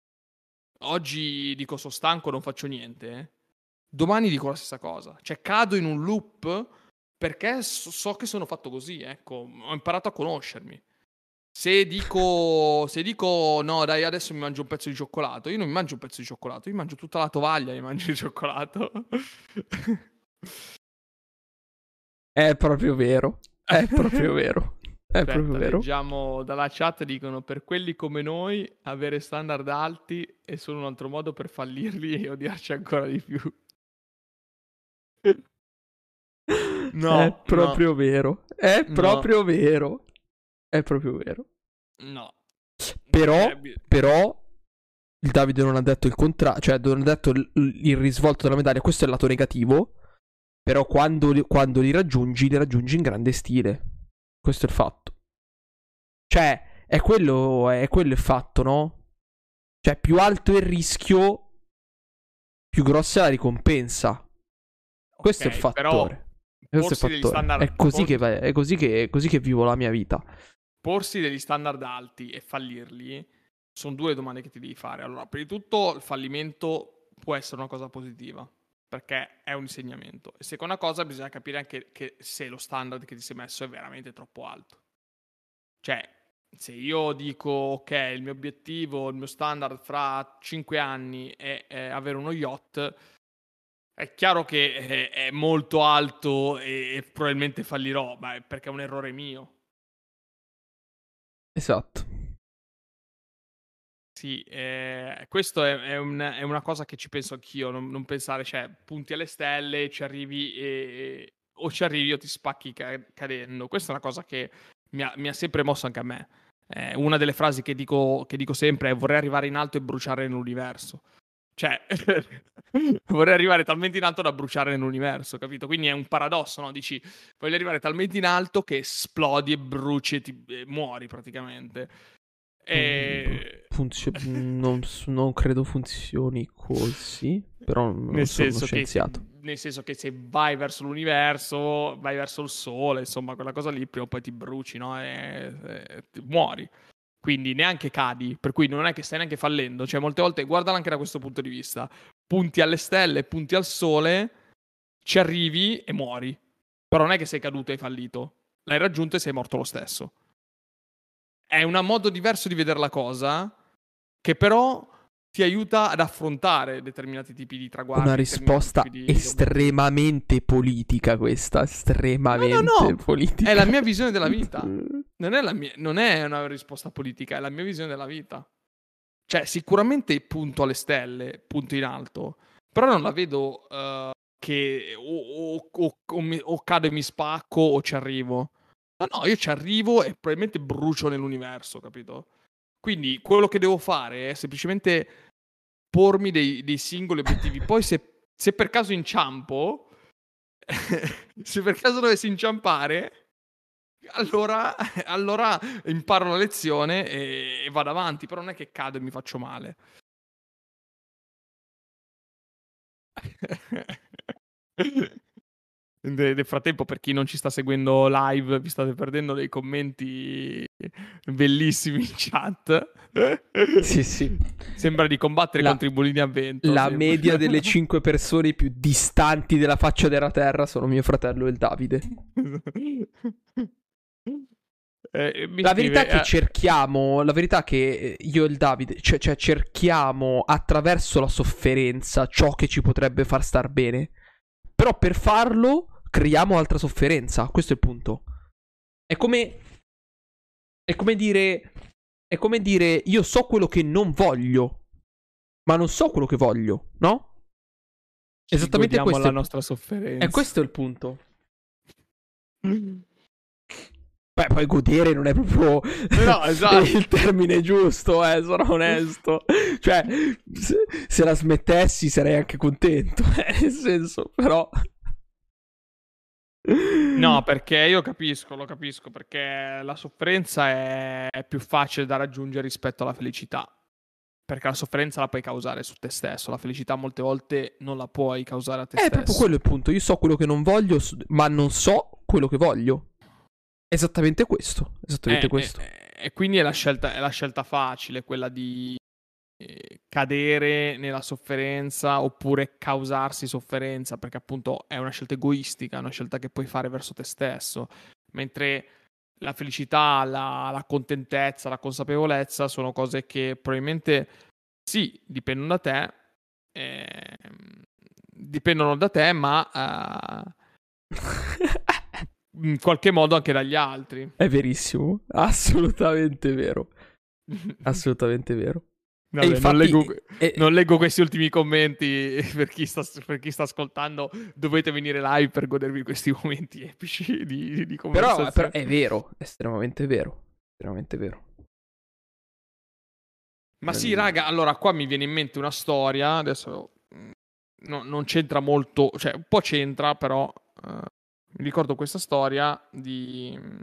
Speaker 2: oggi dico sono stanco, non faccio niente, eh, domani dico la stessa cosa. Cioè, cado in un loop perché so, so che sono fatto così, ecco. Ho imparato a conoscermi. Se dico, se dico no, dai, adesso mi mangio un pezzo di cioccolato, io non mi mangio un pezzo di cioccolato, io mangio tutta la tovaglia, mi mangio il cioccolato.
Speaker 1: È proprio vero. È proprio vero. È
Speaker 2: Aspetta,
Speaker 1: proprio vero.
Speaker 2: leggiamo dalla chat, dicono: per quelli come noi, avere standard alti è solo un altro modo per fallirli e odiarci ancora di più. No,
Speaker 1: È proprio
Speaker 2: no,
Speaker 1: vero. È
Speaker 2: no,
Speaker 1: proprio vero. È proprio vero.
Speaker 2: no.
Speaker 1: Però,
Speaker 2: Perché bi-
Speaker 1: però, il Davide non ha detto il contrario, cioè non ha detto il, il risvolto della medaglia. Questo è il lato negativo. Però quando, li- quando li raggiungi, li raggiungi in grande stile. Questo è il fatto. Cioè, è quello, è quello il fatto, no? Cioè, più alto è il rischio, più grossa è la ricompensa. Questo è il
Speaker 2: ok, però
Speaker 1: fattore. Questo è il
Speaker 2: porsi degli
Speaker 1: fattore.
Speaker 2: standard,
Speaker 1: È così,
Speaker 2: por-
Speaker 1: che, va- è così che, è così che vivo la mia vita.
Speaker 2: porsi degli standard alti e fallirli sono due domande che ti devi fare. Allora, prima di tutto, il fallimento può essere una cosa positiva, perché è un insegnamento. E seconda cosa, bisogna capire anche che se lo standard che ti sei messo è veramente troppo alto. Cioè, se io dico, ok, il mio obiettivo, il mio standard fra cinque anni è, è avere uno yacht, è chiaro che è, è molto alto e, e probabilmente fallirò, ma è perché è un errore mio.
Speaker 1: Esatto.
Speaker 2: Sì, eh, questo è, è un- è una cosa che ci penso anch'io, non, non pensare, cioè, punti alle stelle, ci arrivi e, e- o ci arrivi o ti spacchi ca- cadendo. Questa è una cosa che mi ha, mi ha sempre mosso anche a me. Eh, una delle frasi che dico, che dico sempre è: vorrei arrivare in alto e bruciare nell'universo. Cioè, vorrei arrivare talmente in alto da bruciare nell'universo, capito? Quindi è un paradosso, no? Dici, voglio arrivare talmente in alto che esplodi e bruci e, ti, e muori praticamente.
Speaker 1: Mm,
Speaker 2: E...
Speaker 1: funzio- non, s- non credo funzioni così, però non
Speaker 2: nel
Speaker 1: sono uno
Speaker 2: senso che se,
Speaker 1: scienziato.
Speaker 2: nel senso che se vai verso l'universo, vai verso il sole, insomma, quella cosa lì, prima o poi ti bruci, no? E, e ti muori. Quindi neanche cadi, per cui non è che stai neanche fallendo. Cioè, molte volte, guardala anche da questo punto di vista. Punti alle stelle, punti al sole, ci arrivi e muori. Però non è che sei caduto e hai fallito. L'hai raggiunto e sei morto lo stesso. È un modo diverso di vedere la cosa, che però ti aiuta ad affrontare determinati tipi di
Speaker 1: Una
Speaker 2: traguardi, determinati tipi
Speaker 1: risposta
Speaker 2: di obiettivi.
Speaker 1: estremamente politica questa,
Speaker 2: No, no,
Speaker 1: estremamente
Speaker 2: no, è la
Speaker 1: politica.
Speaker 2: mia visione della vita. Non è, la mia, non è una risposta politica, è la mia visione della vita. Cioè, sicuramente punto alle stelle, punto in alto, però non la vedo uh, che o, o, o, o, mi, o cado e mi spacco o ci arrivo. No, no, io ci arrivo e probabilmente brucio nell'universo, capito? Quindi quello che devo fare è semplicemente pormi dei, dei singoli obiettivi. Poi se, se per caso inciampo, se per caso dovessi inciampare, allora, allora imparo la lezione e, e vado avanti, però non è che cado e mi faccio male. Nel frattempo, per chi non ci sta seguendo live, vi state perdendo dei commenti bellissimi in chat.
Speaker 1: Sì, sì.
Speaker 2: Sembra di combattere
Speaker 1: La,
Speaker 2: contro i mulini a vento.
Speaker 1: la
Speaker 2: Sembra.
Speaker 1: media delle cinque persone più distanti della faccia della terra sono mio fratello e il Davide.
Speaker 2: Eh, mi
Speaker 1: La verità
Speaker 2: scrive,
Speaker 1: è che
Speaker 2: eh,
Speaker 1: cerchiamo, la verità è che io e il Davide, cioè, cioè cerchiamo attraverso la sofferenza ciò che ci potrebbe far star bene. Però per farlo creiamo altra sofferenza. Questo è il punto. È come. È come dire. È come dire io so quello che non voglio, ma non so quello che voglio, no?
Speaker 2: ci
Speaker 1: Esattamente
Speaker 2: godiamo
Speaker 1: questo è
Speaker 2: la
Speaker 1: il pu-
Speaker 2: nostra
Speaker 1: è
Speaker 2: sofferenza.
Speaker 1: questo il punto. Beh, poi godere non è proprio
Speaker 2: No, esatto.
Speaker 1: il termine giusto, eh, sono onesto. Cioè, se, se la smettessi sarei anche contento, eh, nel senso, però.
Speaker 2: No, perché io capisco, lo capisco, perché la sofferenza è, è più facile da raggiungere rispetto alla felicità. Perché la sofferenza la puoi causare su te stesso, la felicità molte volte non la puoi causare a te
Speaker 1: È proprio quello
Speaker 2: stesso.
Speaker 1: il punto. Io so quello che non voglio, s- ma non so quello che voglio. Esattamente questo. Esattamente
Speaker 2: E, e-
Speaker 1: questo.
Speaker 2: e quindi è la scelta, è la scelta facile, quella di eh, cadere nella sofferenza oppure causarsi sofferenza, perché appunto è una scelta egoistica, una scelta che puoi fare verso te stesso, mentre la felicità, la, la contentezza, la consapevolezza sono cose che probabilmente sì, dipendono da te, ehm, dipendono da te, ma eh, in qualche modo anche dagli altri.
Speaker 1: È verissimo. Assolutamente vero. Assolutamente vero. E
Speaker 2: Vabbè, non
Speaker 1: infatti.
Speaker 2: leggo,
Speaker 1: eh,
Speaker 2: non leggo questi ultimi commenti per chi, sta, per chi sta ascoltando. Dovete venire live per godervi questi momenti epici di, di
Speaker 1: però, però
Speaker 2: conversazione.
Speaker 1: è vero. È estremamente vero. Estremamente vero.
Speaker 2: Ma sì,
Speaker 1: Mm.
Speaker 2: raga, allora qua mi viene in mente una storia. Adesso mm, no- non c'entra molto, cioè un po' c'entra, però eh, mi ricordo questa storia di mm,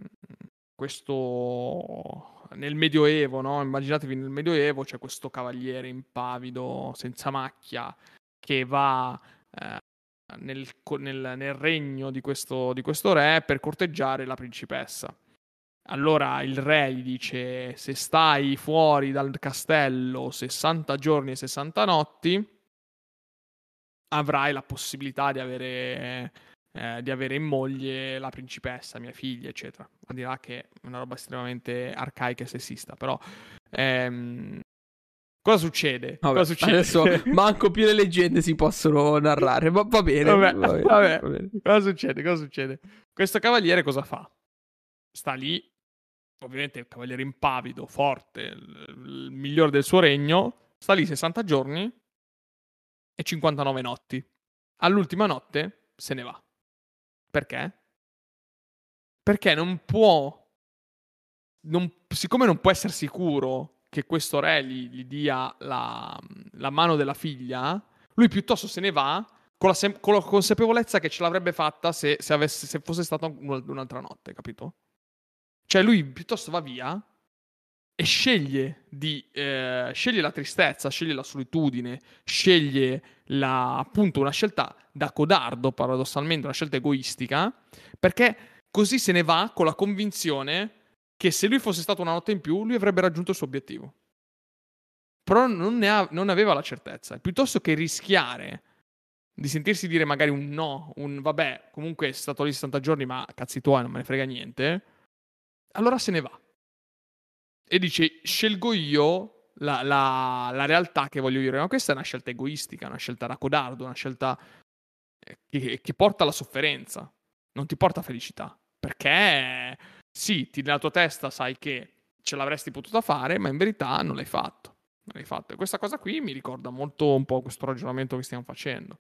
Speaker 2: questo nel Medioevo, no? Immaginatevi nel Medioevo c'è questo cavaliere impavido, senza macchia, che va eh, nel, co- nel- nel regno di questo, di questo re per corteggiare la principessa. Allora il re gli dice: se stai fuori dal castello sessanta giorni e sessanta notti, avrai la possibilità di avere, eh, di avere in moglie la principessa, mia figlia, eccetera. Al di là che è una roba estremamente arcaica e sessista, però ehm, cosa succede?
Speaker 1: Vabbè,
Speaker 2: Cosa
Speaker 1: adesso
Speaker 2: succede?
Speaker 1: manco più le leggende si possono narrare. Ma va bene,
Speaker 2: Vabbè,
Speaker 1: va bene,
Speaker 2: vabbè,
Speaker 1: va bene.
Speaker 2: cosa succede? Cosa succede? Questo cavaliere cosa fa? Sta lì, ovviamente, il cavaliere impavido, forte, il, il migliore del suo regno, sta lì sessanta giorni e cinquantanove notti. All'ultima notte se ne va. Perché? Perché non può, non- siccome non può essere sicuro che questo re gli, gli dia la, la mano della figlia, lui piuttosto se ne va con la, sem- con la consapevolezza che ce l'avrebbe fatta se, se, avesse, se fosse stata un- un'altra notte, capito? Cioè lui piuttosto va via e sceglie di eh, sceglie la tristezza, sceglie la solitudine, sceglie la, appunto una scelta da codardo, paradossalmente, una scelta egoistica, perché così se ne va con la convinzione che se lui fosse stato una notte in più, lui avrebbe raggiunto il suo obiettivo. Però non ne, ha, non aveva la certezza. Piuttosto che rischiare di sentirsi dire magari un no, un vabbè, comunque è stato lì sessanta giorni, ma cazzi tuoi, non me ne frega niente, allora se ne va. E dice, scelgo io la, la, la realtà che voglio vivere. Ma questa è una scelta egoistica, una scelta da codardo, una scelta che, che porta alla sofferenza, non ti porta a felicità. Perché sì, ti, nella tua testa sai che ce l'avresti potuta fare, ma in verità non l'hai fatto. Non l'hai fatto. E questa cosa qui mi ricorda molto un po' questo ragionamento che stiamo facendo.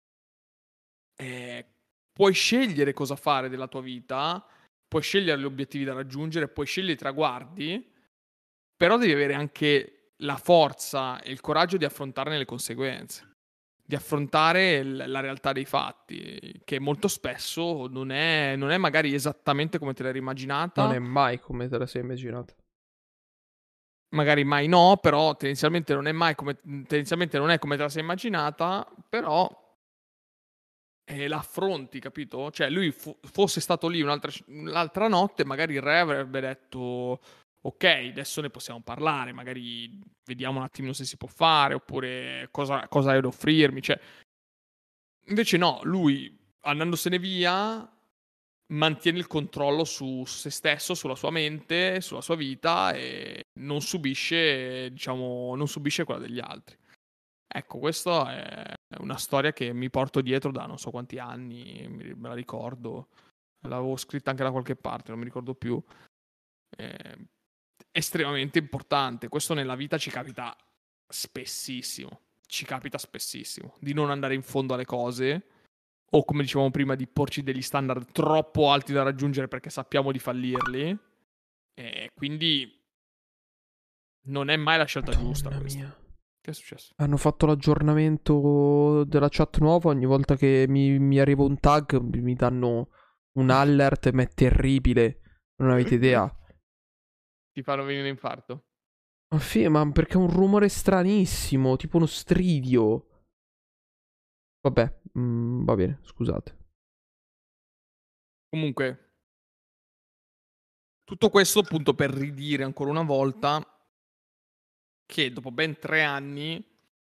Speaker 2: E puoi scegliere cosa fare della tua vita, puoi scegliere gli obiettivi da raggiungere, puoi scegliere i traguardi, però devi avere anche la forza e il coraggio di affrontarne le conseguenze, di affrontare l- la realtà dei fatti, che molto spesso non è, non è magari esattamente come te l'eri
Speaker 1: Non
Speaker 2: immaginata,
Speaker 1: è mai come te la sei immaginata.
Speaker 2: magari mai no, però tendenzialmente non è mai come, tendenzialmente non è come te la sei immaginata, però eh, l'affronti, capito? Cioè lui fu- fosse stato lì un'altra, l'altra notte, magari il re avrebbe detto ok, adesso ne possiamo parlare, magari vediamo un attimino se si può fare, oppure cosa, cosa hai da offrirmi, cioè invece no, lui andandosene via mantiene il controllo su se stesso, sulla sua mente, sulla sua vita e non subisce, diciamo, non subisce quella degli altri. Ecco, questa è una storia che mi porto dietro da non so quanti anni, me la ricordo, l'avevo scritta anche da qualche parte, non mi ricordo più. È estremamente importante. Questo nella vita ci capita spessissimo. Ci capita spessissimo di non andare in fondo alle cose o, come dicevamo prima, di porci degli standard troppo alti da raggiungere perché sappiamo di fallirli. E quindi non è mai la scelta giusta
Speaker 1: Madonna
Speaker 2: questa.
Speaker 1: mia.
Speaker 2: Che è successo?
Speaker 1: Hanno fatto l'aggiornamento della chat nuova. Ogni volta che mi, mi arriva un tag mi mi danno un alert, ma è terribile. Non avete idea.
Speaker 2: Ti fanno venire un infarto?
Speaker 1: Ma, fi- ma perché è un rumore stranissimo, tipo uno stridio. Vabbè, mm, va bene, scusate.
Speaker 2: Comunque, tutto questo appunto per ridire ancora una volta che dopo ben tre anni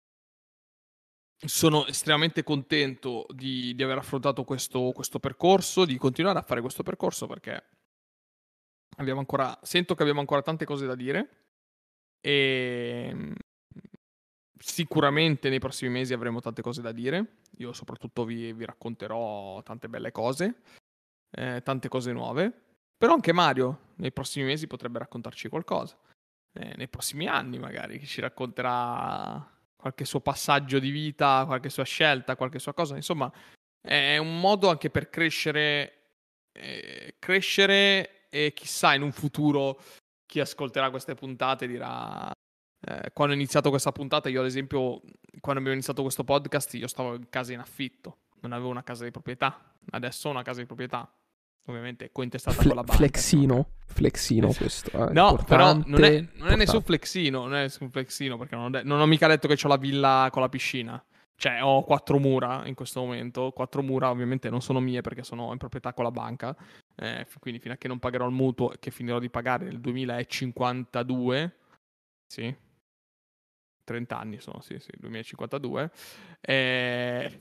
Speaker 2: sono estremamente contento di, di aver affrontato questo, questo percorso, di continuare a fare questo percorso perché abbiamo ancora, sento che abbiamo ancora tante cose da dire e mm, sicuramente nei prossimi mesi avremo tante cose da dire. Io soprattutto vi, vi racconterò tante belle cose, eh, tante cose nuove. Però anche Mario nei prossimi mesi potrebbe raccontarci qualcosa. Eh, nei prossimi anni magari, che ci racconterà qualche suo passaggio di vita, qualche sua scelta, qualche sua cosa. Insomma, è un modo anche per crescere, eh, crescere e chissà in un futuro chi ascolterà queste puntate dirà... eh, quando ho iniziato questa puntata, io ad esempio, quando abbiamo iniziato questo podcast, io stavo in casa in affitto, non avevo una casa di proprietà, adesso ho una casa di proprietà, ovviamente cointestata
Speaker 1: Fle-
Speaker 2: con la banca.
Speaker 1: flexino, flexino
Speaker 2: Esatto.
Speaker 1: questo, eh,
Speaker 2: No, però
Speaker 1: importante,
Speaker 2: non è, non è nessun
Speaker 1: importante.
Speaker 2: flexino, non è nessun flexino, perché non ho, de- non ho mica detto che ho la villa con la piscina. Cioè, ho quattro mura in questo momento. Quattro mura ovviamente non sono mie perché sono in proprietà con la banca. Eh, f- quindi fino a che non pagherò il mutuo, che finirò di pagare nel duemilacinquantadue, sì, trenta anni sono, sì, sì, duemilacinquantadue. Eh...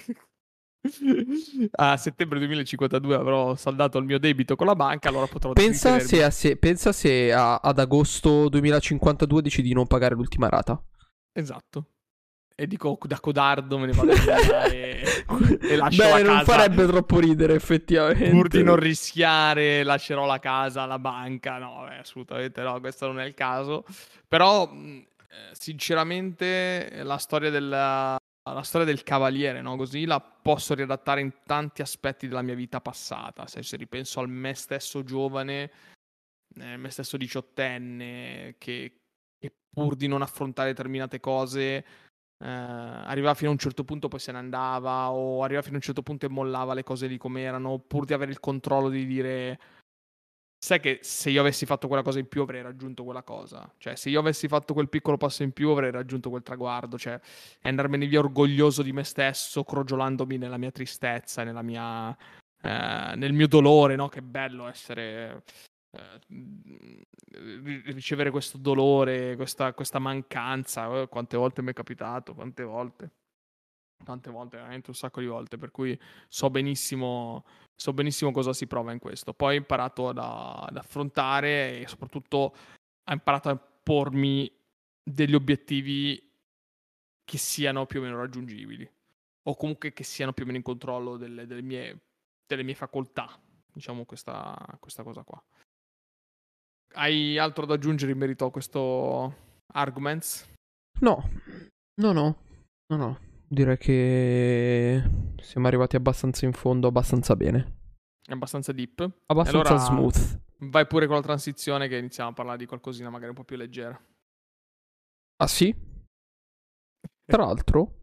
Speaker 2: A settembre duemilacinquantadue avrò saldato il mio debito con la banca, allora potrò
Speaker 1: Pensa se,
Speaker 2: ritenermi...
Speaker 1: a se- pensa se a- ad agosto duemilacinquantadue decidi di non pagare l'ultima rata.
Speaker 2: Esatto. E dico da codardo me ne vado via e, e lascio la
Speaker 1: Beh, non
Speaker 2: casa
Speaker 1: farebbe troppo ridere,
Speaker 2: pur di non
Speaker 1: effettivamente.
Speaker 2: rischiare, lascerò la casa alla banca. No, eh, assolutamente no, questo non è il caso. Però, mh, eh, sinceramente, la storia della, la storia del cavaliere, no? Così la posso riadattare in tanti aspetti della mia vita passata. Se, se ripenso al me stesso giovane, eh, me stesso diciottenne, che e pur di non affrontare determinate cose eh, arrivava fino a un certo punto, poi se ne andava, o arrivava fino a un certo punto e mollava le cose lì come erano, pur di avere il controllo di dire sai che se io avessi fatto quella cosa in più avrei raggiunto quella cosa, cioè se io avessi fatto quel piccolo passo in più avrei raggiunto quel traguardo, cioè e andarmene via orgoglioso di me stesso, crogiolandomi nella mia tristezza, nella mia, eh, nel mio dolore, no? Che bello essere eh, ricevere questo dolore, questa, questa mancanza. Eh, quante volte mi è capitato, quante volte, tante volte, veramente un sacco di volte, per cui so benissimo, so benissimo cosa si prova in questo. Poi ho imparato ad, ad affrontare e soprattutto ho imparato a pormi degli obiettivi che siano più o meno raggiungibili o comunque che siano più o meno in controllo delle, delle mie, delle mie facoltà, diciamo questa, questa cosa qua. Hai altro da aggiungere in merito a questo arguments?
Speaker 1: No, no, no, no, no. Direi che siamo arrivati abbastanza in fondo, abbastanza bene.
Speaker 2: È abbastanza deep.
Speaker 1: Abbastanza
Speaker 2: Allora
Speaker 1: smooth.
Speaker 2: vai pure con la transizione che iniziamo a parlare di qualcosina magari un po' più leggera.
Speaker 1: Ah sì? Tra l'altro,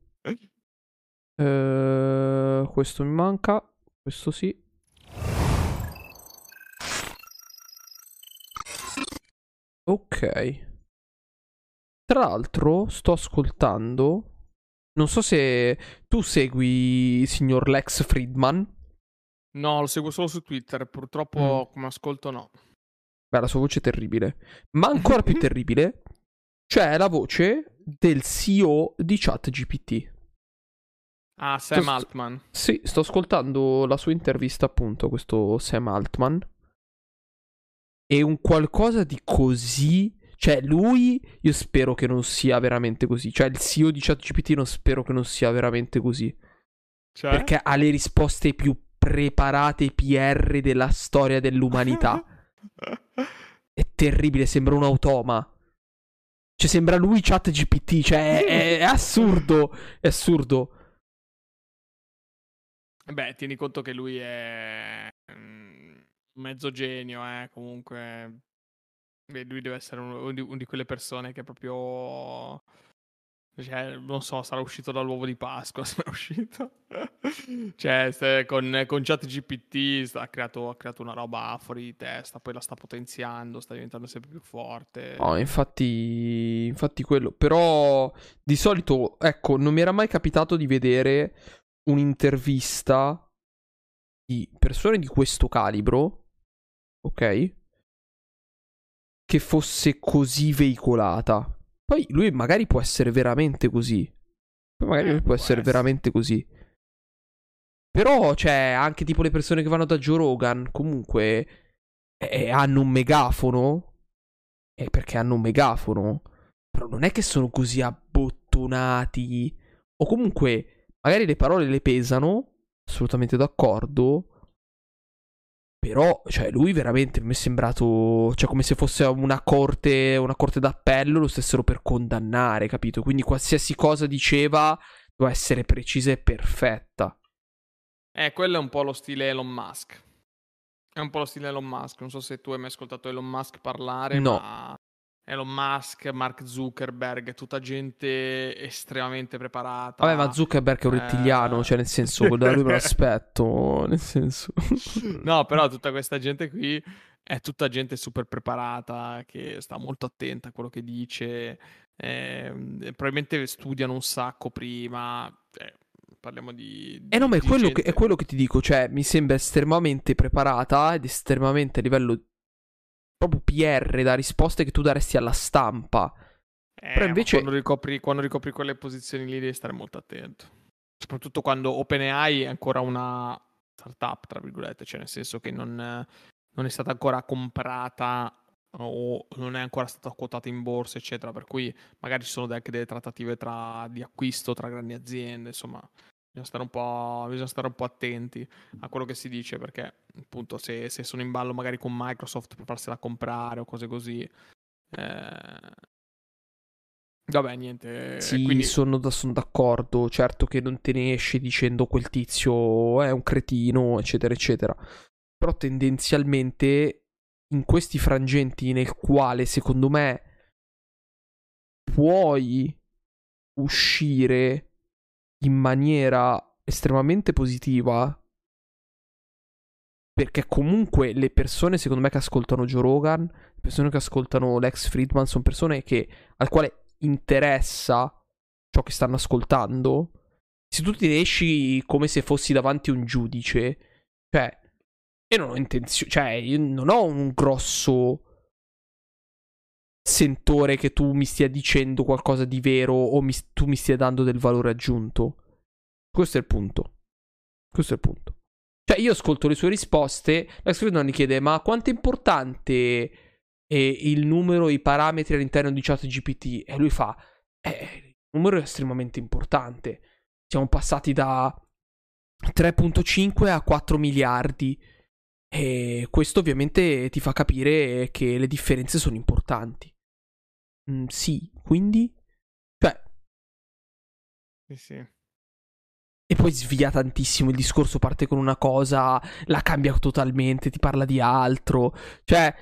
Speaker 1: eh, questo mi manca, questo sì. Ok. Tra l'altro, sto ascoltando. Non so se tu segui il signor Lex Friedman.
Speaker 2: No, lo seguo solo su Twitter,
Speaker 1: Mm.
Speaker 2: purtroppo come ascolto no.
Speaker 1: Beh, la sua voce è terribile. Ma ancora più terribile, cioè la voce del C E O di ChatGPT.
Speaker 2: Ah, Sam
Speaker 1: Sto-
Speaker 2: Altman.
Speaker 1: Sì, sto ascoltando la sua intervista appunto a questo Sam Altman. È un qualcosa di così. Cioè, lui, io spero che non sia veramente così. Cioè, il C E O di ChatGPT non spero che non sia veramente così.
Speaker 2: Cioè?
Speaker 1: Perché ha le risposte più preparate P R della storia dell'umanità. È terribile, sembra un automa. Cioè, sembra lui ChatGPT. Cioè, è, è assurdo. È assurdo.
Speaker 2: Beh, tieni conto che lui è mm, un mezzo genio, eh, comunque. Beh, lui deve essere uno di, uno di quelle persone che proprio... Cioè, non so, sarà uscito dall'uovo di Pasqua, sarà uscito. Cioè, se- con, con ChatGPT sta- ha creato, ha creato una roba fuori di testa, poi la sta potenziando, sta diventando sempre più
Speaker 1: No,
Speaker 2: forte.
Speaker 1: infatti, infatti quello. Però di solito, ecco, non mi era mai capitato di vedere un'intervista di persone di questo calibro, ok? Che fosse così veicolata. Poi lui magari può essere veramente così. Poi magari
Speaker 2: Eh,
Speaker 1: lui può
Speaker 2: può
Speaker 1: essere
Speaker 2: essere.
Speaker 1: veramente così. Però, cioè, anche tipo le persone che vanno da Joe Rogan, comunque, eh, hanno un megafono. È perché hanno un megafono. Però non è che sono così abbottonati. O comunque, magari le parole le pesano. Assolutamente d'accordo. Però, cioè, lui veramente mi è sembrato. Cioè, come se fosse una corte. Una corte d'appello. Lo stessero per condannare, capito? Quindi qualsiasi cosa diceva doveva essere precisa e perfetta.
Speaker 2: Eh, quello è un po' lo stile Elon Musk. È un po' lo stile Elon Musk. Non so se tu hai mai ascoltato Elon Musk parlare,
Speaker 1: No.
Speaker 2: ma Elon Musk, Mark Zuckerberg, tutta gente estremamente
Speaker 1: Vabbè, ma
Speaker 2: preparata.
Speaker 1: Zuckerberg è un rettiliano.
Speaker 2: Eh...
Speaker 1: Cioè, nel senso, da lui me lo aspetto. Nel senso.
Speaker 2: No, però tutta questa gente qui è tutta gente super preparata, che sta molto attenta a quello che dice. ehm, probabilmente studiano un sacco prima. Cioè, parliamo di,
Speaker 1: Eh no,
Speaker 2: di,
Speaker 1: ma è
Speaker 2: di
Speaker 1: quello, che, è
Speaker 2: gente.
Speaker 1: quello che ti dico, cioè mi sembra estremamente preparata ed estremamente a livello proprio P R da risposte che tu daresti alla stampa. Però
Speaker 2: Eh, ma quando
Speaker 1: invece,
Speaker 2: ricopri, quando ricopri quelle posizioni lì devi stare molto attento. Soprattutto quando OpenAI è ancora una startup, tra virgolette, cioè nel senso che non, non è stata ancora comprata o non è ancora stata quotata in borsa, eccetera. Per cui magari ci sono anche delle trattative tra, di acquisto tra grandi aziende, insomma. Bisogna stare un po', bisogna stare un po' attenti a quello che si dice, perché appunto se, se sono in ballo magari con Microsoft per farsela comprare o cose così, eh, vabbè, niente.
Speaker 1: sì,
Speaker 2: Quindi,
Speaker 1: sono, da- sono d'accordo. Certo che non te ne esci dicendo quel tizio è un cretino, eccetera, eccetera. Però tendenzialmente in questi frangenti nel quale secondo me puoi uscire in maniera estremamente positiva, perché comunque le persone, secondo me, che ascoltano Joe Rogan, le persone che ascoltano Lex Fridman, sono persone che, al quale interessa ciò che stanno ascoltando. Se tu ti esci come se fossi davanti a un giudice, cioè, io non ho intenzione, cioè, io non ho un grosso sentore che tu mi stia dicendo qualcosa di vero o mi, tu mi stia dando del valore aggiunto. Questo è il punto. Questo è il punto. Cioè, io ascolto le sue risposte, la Fridman mi chiede, ma quanto è importante è il numero, i parametri all'interno di ChatGPT? E lui fa, eh, il numero è estremamente importante. Siamo passati da tre virgola cinque a quattro miliardi. E questo ovviamente ti fa capire che le differenze sono importanti. Mm, sì, quindi? Cioè...
Speaker 2: Sì, sì.
Speaker 1: E poi svia tantissimo, il discorso parte con una cosa, la cambia totalmente, ti parla di altro. Cioè...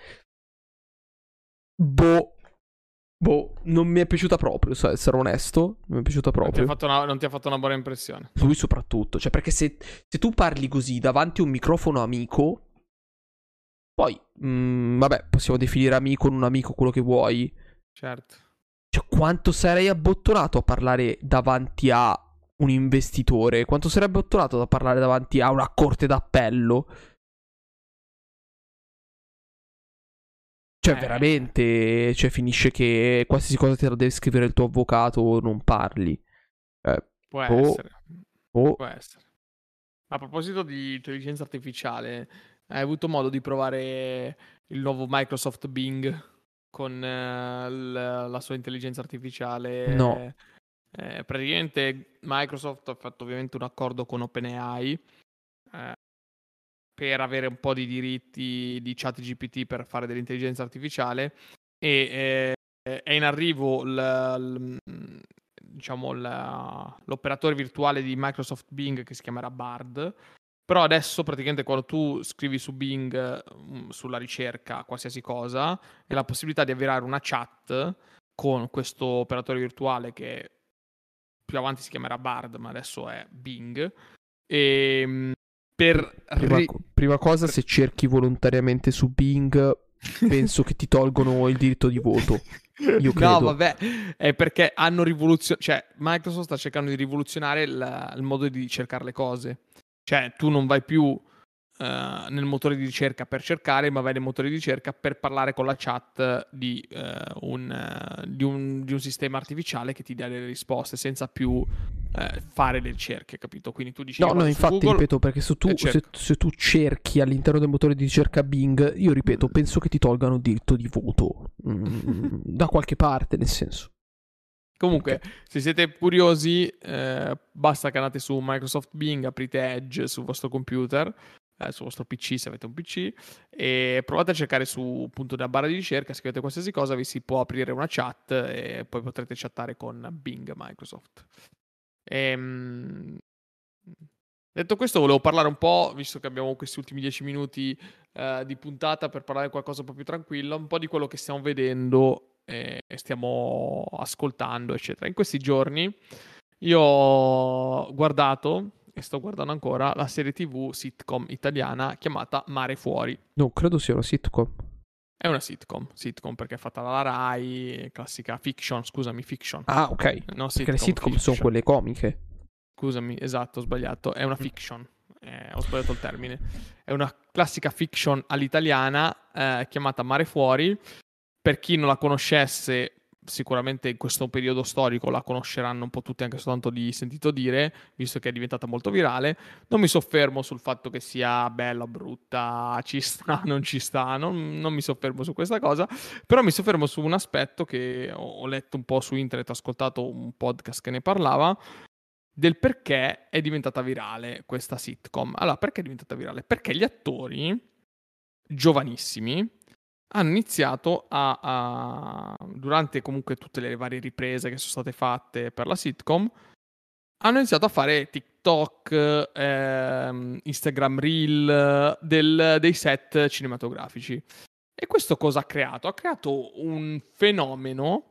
Speaker 1: Boh... Boh, non mi è piaciuta proprio, so essere onesto. Non mi è piaciuta
Speaker 2: Non ti ha
Speaker 1: proprio.
Speaker 2: fatto una, non ti ha fatto una buona impressione.
Speaker 1: Lui soprattutto. Cioè, perché se, se tu parli così davanti a un microfono amico... Poi, mh, vabbè, possiamo definire amico, non amico, quello che vuoi.
Speaker 2: Certo.
Speaker 1: Cioè, quanto sarei abbottonato a parlare davanti a un investitore? Quanto sarei abbottonato a parlare davanti a una corte d'appello? Cioè,
Speaker 2: Eh,
Speaker 1: veramente, cioè, finisce che qualsiasi cosa te la deve scrivere il tuo avvocato o non parli. Eh,
Speaker 2: può
Speaker 1: oh,
Speaker 2: essere.
Speaker 1: oh.
Speaker 2: Può essere. A proposito di intelligenza artificiale, hai avuto modo di provare il nuovo Microsoft Bing con eh, l- la sua intelligenza
Speaker 1: No.
Speaker 2: artificiale? Eh, praticamente Microsoft ha fatto ovviamente un accordo con OpenAI eh, per avere un po' di diritti di ChatGPT per fare dell'intelligenza artificiale e eh, è in arrivo l- l- diciamo la- l'operatore virtuale di Microsoft Bing che si chiamerà Bard. Però adesso praticamente quando tu scrivi su Bing mm, sulla ricerca qualsiasi cosa, hai la possibilità di avviare una chat con questo operatore virtuale che più avanti si chiamerà Bard, ma adesso è Bing. E mm, per
Speaker 1: Prima,
Speaker 2: ri-
Speaker 1: prima cosa,
Speaker 2: per-
Speaker 1: se cerchi volontariamente su Bing, penso che ti tolgono il diritto di voto. Io
Speaker 2: No,
Speaker 1: credo.
Speaker 2: vabbè, è perché hanno rivoluzionato, cioè Microsoft sta cercando di rivoluzionare il, il modo di cercare le cose. Cioè, tu non vai più eh, nel motore di ricerca per cercare, ma vai nel motore di ricerca per parlare con la chat di, eh, un, eh, di, un, di un sistema artificiale che ti dà le risposte senza più eh, fare le ricerche, capito? Quindi tu dici
Speaker 1: No,
Speaker 2: io
Speaker 1: no,
Speaker 2: vado su
Speaker 1: infatti,
Speaker 2: Google
Speaker 1: ripeto, perché se
Speaker 2: e
Speaker 1: tu, se,
Speaker 2: cerco.
Speaker 1: se tu cerchi all'interno del motore di ricerca Bing, io ripeto, penso che ti tolgano il diritto di voto. Mm, da qualche parte, nel senso.
Speaker 2: Comunque,
Speaker 1: Ok.
Speaker 2: se siete curiosi, eh, basta che andate su Microsoft Bing, aprite Edge sul vostro computer, eh, sul vostro P C se avete un P C, e provate a cercare su appunto nella barra di ricerca, scrivete qualsiasi cosa, vi si può aprire una chat e poi potrete chattare con Bing Microsoft. Ehm, Detto questo, volevo parlare un po', visto che abbiamo questi ultimi dieci minuti eh, di puntata, per parlare di qualcosa un po' più tranquillo, un po' di quello che stiamo vedendo e stiamo ascoltando, eccetera. In questi giorni io ho guardato, e sto guardando ancora, la serie T V sitcom italiana chiamata Mare Fuori.
Speaker 1: No, credo sia una sitcom.
Speaker 2: È una sitcom, sitcom perché è fatta dalla Rai, classica fiction, scusami, fiction.
Speaker 1: Ah, ok.
Speaker 2: No,
Speaker 1: Perché le
Speaker 2: sitcom,
Speaker 1: sitcom sono
Speaker 2: fiction.
Speaker 1: quelle comiche.
Speaker 2: Scusami, esatto, ho sbagliato. È una fiction. Eh, ho sbagliato il termine. È una classica fiction all'italiana eh, chiamata Mare Fuori. Per chi non la conoscesse, sicuramente in questo periodo storico la conosceranno un po' tutti, anche soltanto di sentito dire, visto che è diventata molto virale. Non mi soffermo sul fatto che sia bella, brutta, ci sta, non ci sta, non, non mi soffermo su questa cosa, però mi soffermo su un aspetto che ho, ho letto un po' su internet, ho ascoltato un podcast che ne parlava del perché è diventata virale questa sitcom. Allora, perché è diventata virale? Perché gli attori, giovanissimi, hanno iniziato a, a- durante comunque tutte le varie riprese che sono state fatte per la sitcom, hanno iniziato a fare TikTok, ehm, Instagram Reel del- dei set cinematografici. E questo cosa ha creato? Ha creato un fenomeno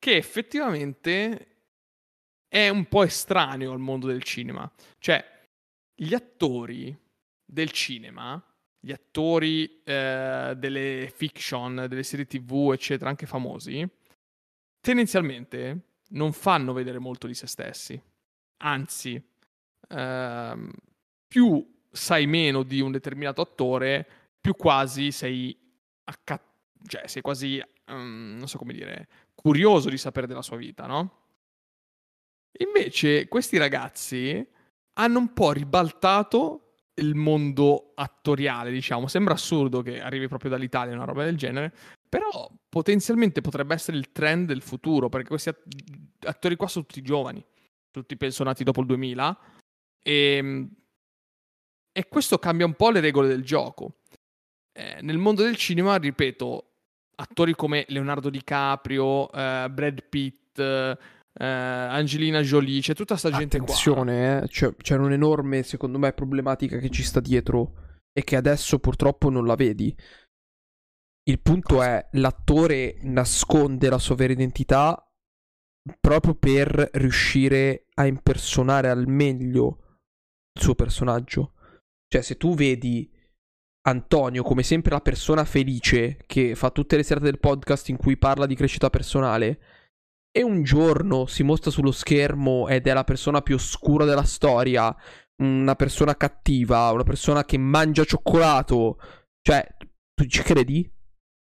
Speaker 2: che effettivamente è un po' estraneo al mondo del cinema. Cioè, gli attori del cinema, gli attori eh, delle fiction, delle serie tivù, eccetera, anche famosi, tendenzialmente non fanno vedere molto di se stessi. Anzi, ehm, più sai meno di un determinato attore, più quasi sei acca- cioè sei quasi um, non so come dire, curioso di sapere della sua vita, no? Invece questi ragazzi hanno un po' ribaltato il mondo attoriale, diciamo. Sembra assurdo che arrivi proprio dall'Italia una roba del genere, però potenzialmente potrebbe essere il trend del futuro, perché questi att- attori qua sono tutti giovani, tutti penso nati dopo il duemila, e, e questo cambia un po' le regole del gioco. Eh, nel mondo del cinema, ripeto, attori come Leonardo DiCaprio, eh, Brad Pitt, eh, Angelina Jolie, c'è tutta sta gente qua.
Speaker 1: Attenzione, eh, c'è, c'è un'enorme, secondo me, problematica che ci sta dietro e che adesso purtroppo non la vedi. Il punto
Speaker 2: Cosa?
Speaker 1: è, l'attore nasconde la sua vera identità proprio per riuscire a impersonare al meglio il suo personaggio. Cioè, se tu vedi Antonio come sempre la persona felice che fa tutte le serate del podcast in cui parla di crescita personale e un giorno si mostra sullo schermo ed è la persona più oscura della storia, una persona cattiva, una persona che mangia cioccolato, cioè, tu ci credi?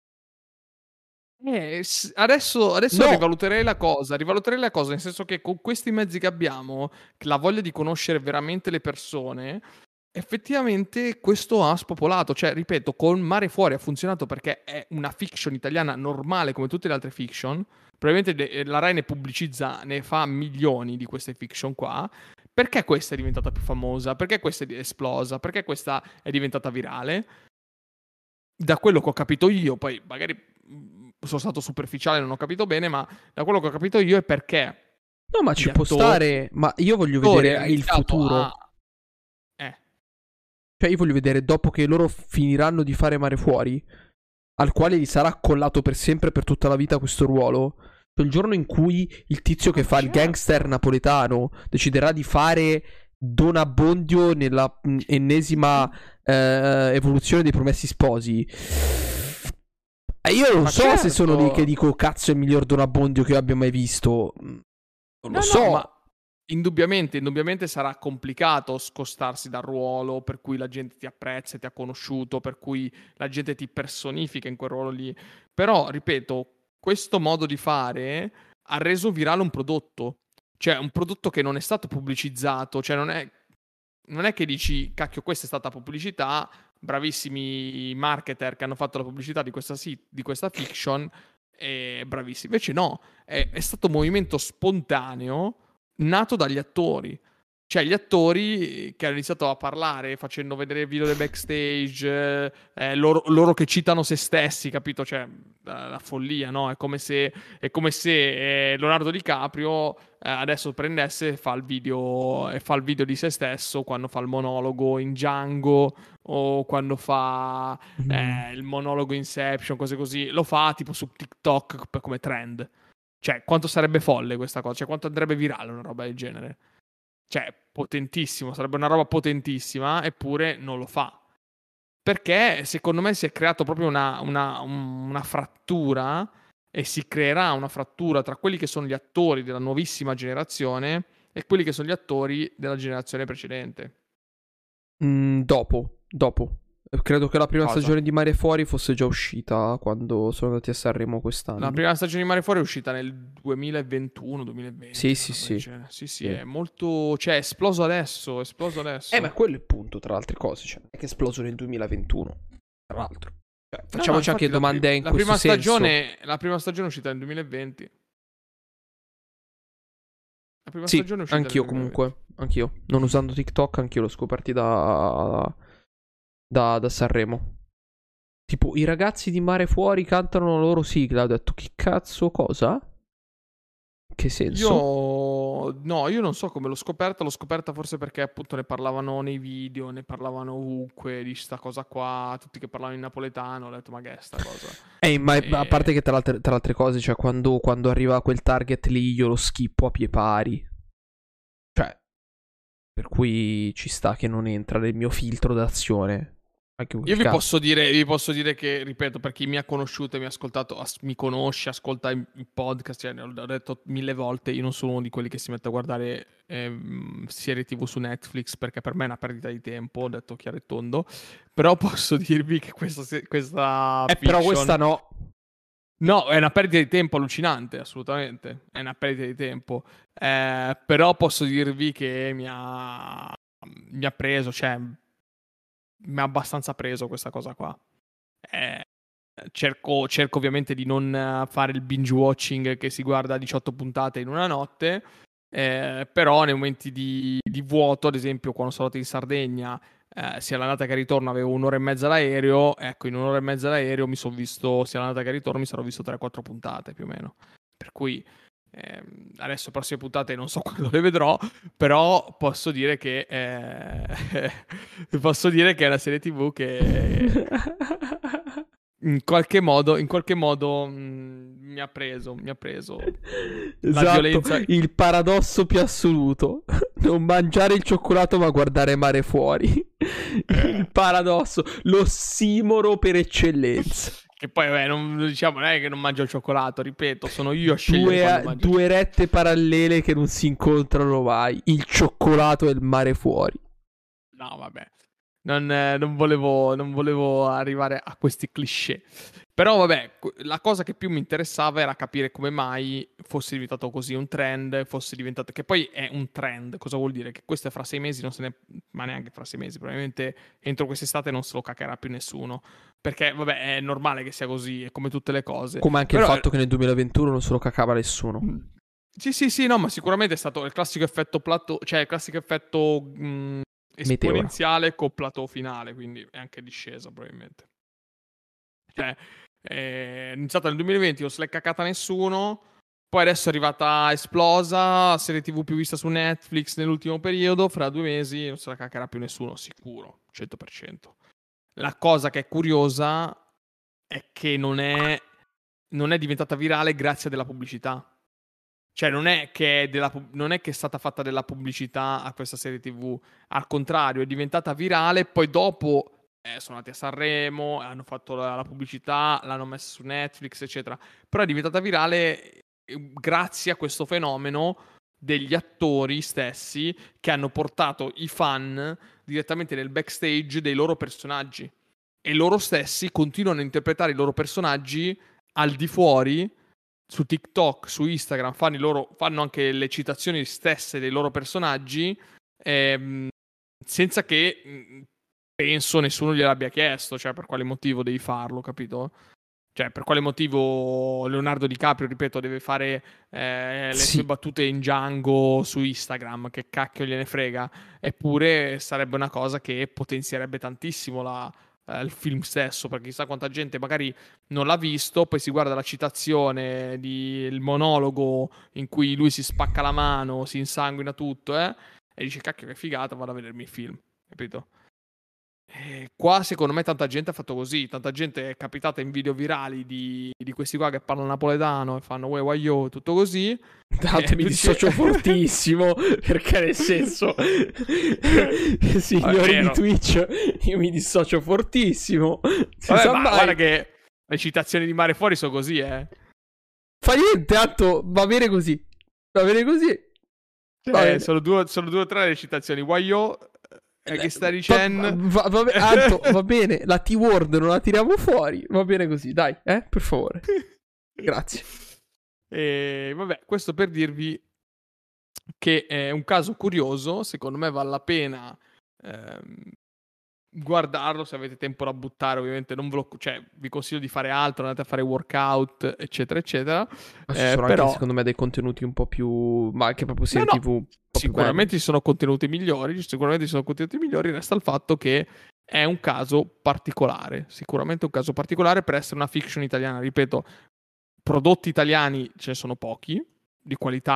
Speaker 2: Eh, s- adesso, adesso
Speaker 1: No!
Speaker 2: rivaluterei la cosa, rivaluterei la cosa, nel senso che con questi mezzi che abbiamo, la voglia di conoscere veramente le persone, effettivamente questo ha spopolato. Cioè, ripeto, con Mare Fuori ha funzionato perché è una fiction italiana normale come tutte le altre fiction. Probabilmente de- la Rai ne pubblicizza, ne fa milioni di queste fiction qua. Perché questa è diventata più famosa? Perché questa è esplosa? Perché questa è diventata virale? Da quello che ho capito io, poi magari mh, sono stato superficiale, non ho capito bene, ma da quello che ho capito io è perché
Speaker 1: No, ma
Speaker 2: gli
Speaker 1: ci può
Speaker 2: attori,
Speaker 1: stare, ma io voglio
Speaker 2: gli attori
Speaker 1: vedere
Speaker 2: hanno
Speaker 1: il
Speaker 2: iniziato a...
Speaker 1: futuro.
Speaker 2: Eh,
Speaker 1: Cioè, io voglio vedere dopo che loro finiranno di fare Mare Fuori, al quale gli sarà accollato per sempre, per tutta la vita questo ruolo. Il giorno in cui il tizio che
Speaker 2: ma
Speaker 1: fa il
Speaker 2: certo.
Speaker 1: gangster napoletano deciderà di fare Don Abbondio nella mh, ennesima eh, evoluzione dei Promessi Sposi. E io non
Speaker 2: Ma
Speaker 1: so
Speaker 2: certo.
Speaker 1: se sono lì che dico cazzo è il miglior Don Abbondio che io abbia mai visto. Non
Speaker 2: No,
Speaker 1: lo
Speaker 2: no,
Speaker 1: so.
Speaker 2: ma indubbiamente, indubbiamente sarà complicato scostarsi dal ruolo per cui la gente ti apprezza, ti ha conosciuto, per cui la gente ti personifica in quel ruolo lì. Però, ripeto, questo modo di fare ha reso virale un prodotto. Cioè, un prodotto che non è stato pubblicizzato. Cioè, non è, non è che dici, cacchio, questa è stata pubblicità, bravissimi marketer che hanno fatto la pubblicità di questa, sit- di questa fiction, e bravissimi. Invece no, è, è stato un movimento spontaneo nato dagli attori. Cioè, gli attori che hanno iniziato a parlare facendo vedere video del backstage, eh, loro, loro che citano se stessi, capito? Cioè, la, la follia, no? È come se, è come se eh, Leonardo DiCaprio eh, adesso prendesse e fa il video, e fa il video di se stesso quando fa il monologo in Django o quando fa
Speaker 1: Mm.
Speaker 2: eh, il monologo Inception, cose così. Lo fa tipo su TikTok per- come trend. Cioè, quanto sarebbe folle questa cosa? Cioè, quanto andrebbe virale una roba del genere? Cioè, potentissimo, sarebbe una roba potentissima, eppure non lo fa. Perché secondo me si è creato proprio una, una, una frattura e si creerà una frattura tra quelli che sono gli attori della nuovissima generazione e quelli che sono gli attori della generazione precedente.
Speaker 1: Mm, dopo, dopo. Credo che la prima
Speaker 2: Cosa?
Speaker 1: stagione di Mare Fuori fosse già uscita quando sono andati a Sanremo quest'anno.
Speaker 2: La prima stagione di Mare Fuori è uscita nel duemilaventuno duemilaventi.
Speaker 1: Sì,
Speaker 2: una
Speaker 1: sì,
Speaker 2: roba del
Speaker 1: sì.
Speaker 2: genere. Sì, sì,
Speaker 1: Sì.
Speaker 2: è molto... Cioè, è esploso adesso, è esploso
Speaker 1: Eh, ma
Speaker 2: adesso.
Speaker 1: quello è il punto, tra le altre cose. Cioè, non è che è esploso nel duemilaventuno, tra l'altro. Cioè,
Speaker 2: No, no,
Speaker 1: facciamoci
Speaker 2: infatti
Speaker 1: anche
Speaker 2: la, pri-
Speaker 1: domande in
Speaker 2: la
Speaker 1: questo
Speaker 2: prima
Speaker 1: senso.
Speaker 2: stagione, la prima stagione è uscita nel duemilaventi. La prima
Speaker 1: Sì,
Speaker 2: stagione è uscita nel
Speaker 1: anch'io
Speaker 2: duemilaventi.
Speaker 1: comunque. Anch'io. Non usando TikTok, anch'io l'ho scoperti da... da, da Sanremo. Tipo, i ragazzi di Mare Fuori cantano la loro sigla. Ho detto, che cazzo, cosa? Che senso?
Speaker 2: io no, io non so come l'ho scoperta, l'ho scoperta forse perché appunto ne parlavano nei video, ne parlavano ovunque di sta cosa qua, tutti che parlavano in napoletano, ho detto ma che è sta cosa?
Speaker 1: Eh, ma
Speaker 2: E...
Speaker 1: a parte che tra le altre, tra le altre cose, cioè quando, quando arriva quel target lì io lo schippo a pie pari. Cioè, per cui ci sta che non entra nel mio filtro d'azione. Anche quel
Speaker 2: Io vi
Speaker 1: cazzo.
Speaker 2: posso dire, vi posso dire che, ripeto, per chi mi ha conosciuto e mi ha ascoltato, as- mi conosce, ascolta i, i podcast, cioè, ne ho detto mille volte, io non sono uno di quelli che si mette a guardare ehm, serie tivù su Netflix perché per me è una perdita di tempo, ho detto chiaro e tondo, però posso dirvi che questa, se- questa
Speaker 1: Eh,
Speaker 2: fiction...
Speaker 1: però questa no.
Speaker 2: No, è una perdita di tempo allucinante, assolutamente, è una perdita di tempo, eh, però posso dirvi che mi ha, mi ha preso, cioè... mi ha abbastanza preso questa cosa qua. Eh, cerco, cerco ovviamente di non fare il binge watching che si guarda diciotto puntate in una notte, eh, però nei momenti di, di vuoto, ad esempio quando sono andato in Sardegna, eh, sia l'andata che il ritorno avevo un'ora e mezza l'aereo, ecco in un'ora e mezza l'aereo mi sono visto, sia l'andata che il ritorno mi sarò visto tre quattro puntate più o meno. Per cui eh, adesso prossime puntate non so quando le vedrò, però posso dire che eh, posso dire che è una serie tivù che in qualche modo, in qualche modo mh, mi ha preso, mi ha preso la
Speaker 1: Esatto,
Speaker 2: violenza.
Speaker 1: il paradosso più assoluto. Non mangiare il cioccolato ma guardare mare fuori. Il paradosso, l'ossimoro per eccellenza.
Speaker 2: Che poi, vabbè, non, diciamo, non è che non mangio il cioccolato, ripeto, sono io a scegliere
Speaker 1: Due,
Speaker 2: quando mangio.
Speaker 1: due rette parallele che non si incontrano mai. Il cioccolato e il mare fuori.
Speaker 2: No, vabbè. Non, eh, non volevo, non volevo arrivare a questi cliché. Però, vabbè, qu- la cosa che più mi interessava era capire come mai fosse diventato così un trend, fosse diventato... Che poi è un trend, cosa vuol dire? Che questo è fra sei mesi, non se ne... ma neanche fra sei mesi, probabilmente entro quest'estate non se lo caccherà più nessuno. Perché, vabbè, è normale che sia così, è come tutte le cose.
Speaker 1: Come anche
Speaker 2: Però...
Speaker 1: il fatto che nel duemilaventuno non se lo cacava nessuno.
Speaker 2: Sì, sì, sì, no, ma sicuramente è stato il classico effetto plateau, cioè il classico effetto mh, esponenziale con plateau finale, quindi è anche discesa probabilmente. Cioè, è iniziata nel duemilaventi, non se l'è cacata nessuno, poi adesso è arrivata esplosa, serie tivù più vista su Netflix nell'ultimo periodo, fra due mesi non se la caccherà più nessuno, sicuro, cento per cento. La cosa che è curiosa è che non è, non è diventata virale grazie a della pubblicità. Cioè, non è, che è della, non è che è stata fatta della pubblicità a questa serie tivù, al contrario, è diventata virale, poi dopo eh, sono andati a Sanremo, hanno fatto la, la pubblicità, l'hanno messa su Netflix, eccetera. Però è diventata virale eh, grazie a questo fenomeno degli attori stessi che hanno portato i fan direttamente nel backstage dei loro personaggi. E loro stessi continuano a interpretare i loro personaggi al di fuori su TikTok, su Instagram, fanno, i loro, fanno anche le citazioni stesse dei loro personaggi ehm, senza che mh, penso nessuno gliel'abbia chiesto, cioè per quale motivo devi farlo, capito? Cioè per quale motivo Leonardo DiCaprio, ripeto, deve fare eh, le
Speaker 1: Sì.
Speaker 2: sue battute in Django su Instagram, che cacchio gliene frega, eppure sarebbe una cosa che potenzierebbe tantissimo la, eh, il film stesso, perché chissà quanta gente magari non l'ha visto, poi si guarda la citazione di il monologo in cui lui si spacca la mano, si insanguina tutto, eh, e dice cacchio che figata, vado a vedermi il film, capito? E qua secondo me tanta gente ha fatto così, tanta gente è capitata in video virali di, di questi qua che parlano napoletano e fanno uè waio, tutto così.
Speaker 1: Tra l'altro
Speaker 2: E
Speaker 1: mi
Speaker 2: tu
Speaker 1: dissocio
Speaker 2: dici-
Speaker 1: fortissimo, perché nel senso, signori
Speaker 2: vero.
Speaker 1: di Twitch, io mi dissocio fortissimo. Si
Speaker 2: Vabbè,
Speaker 1: sa
Speaker 2: ma
Speaker 1: mai.
Speaker 2: guarda che le citazioni di Mare Fuori sono così, eh.
Speaker 1: Fa niente, tanto va bene così. Va bene così. Va
Speaker 2: Cioè,
Speaker 1: bene.
Speaker 2: sono due, sono due o tre le citazioni. Waio, eh, che sta
Speaker 1: Va,
Speaker 2: dicendo?
Speaker 1: va, va, va, Anto, va bene, la T-word non la tiriamo fuori. Va bene così, dai, eh, per favore. Grazie.
Speaker 2: E vabbè, questo per dirvi che è un caso curioso, secondo me vale la pena ehm, guardarlo se avete tempo da buttare, ovviamente non ve lo, cioè, vi consiglio di fare altro, andate a fare workout, eccetera, eccetera.
Speaker 1: Ma ci
Speaker 2: Eh,
Speaker 1: sono
Speaker 2: però
Speaker 1: anche, secondo me, dei contenuti un po' più... Ma anche proprio serie
Speaker 2: no, no,
Speaker 1: tivù un po' più
Speaker 2: sicuramente
Speaker 1: belli.
Speaker 2: ci sono contenuti migliori, sicuramente ci sono contenuti migliori, resta il fatto che è un caso particolare, sicuramente un caso particolare per essere una fiction italiana, ripeto, prodotti italiani ce ne sono pochi, di qualità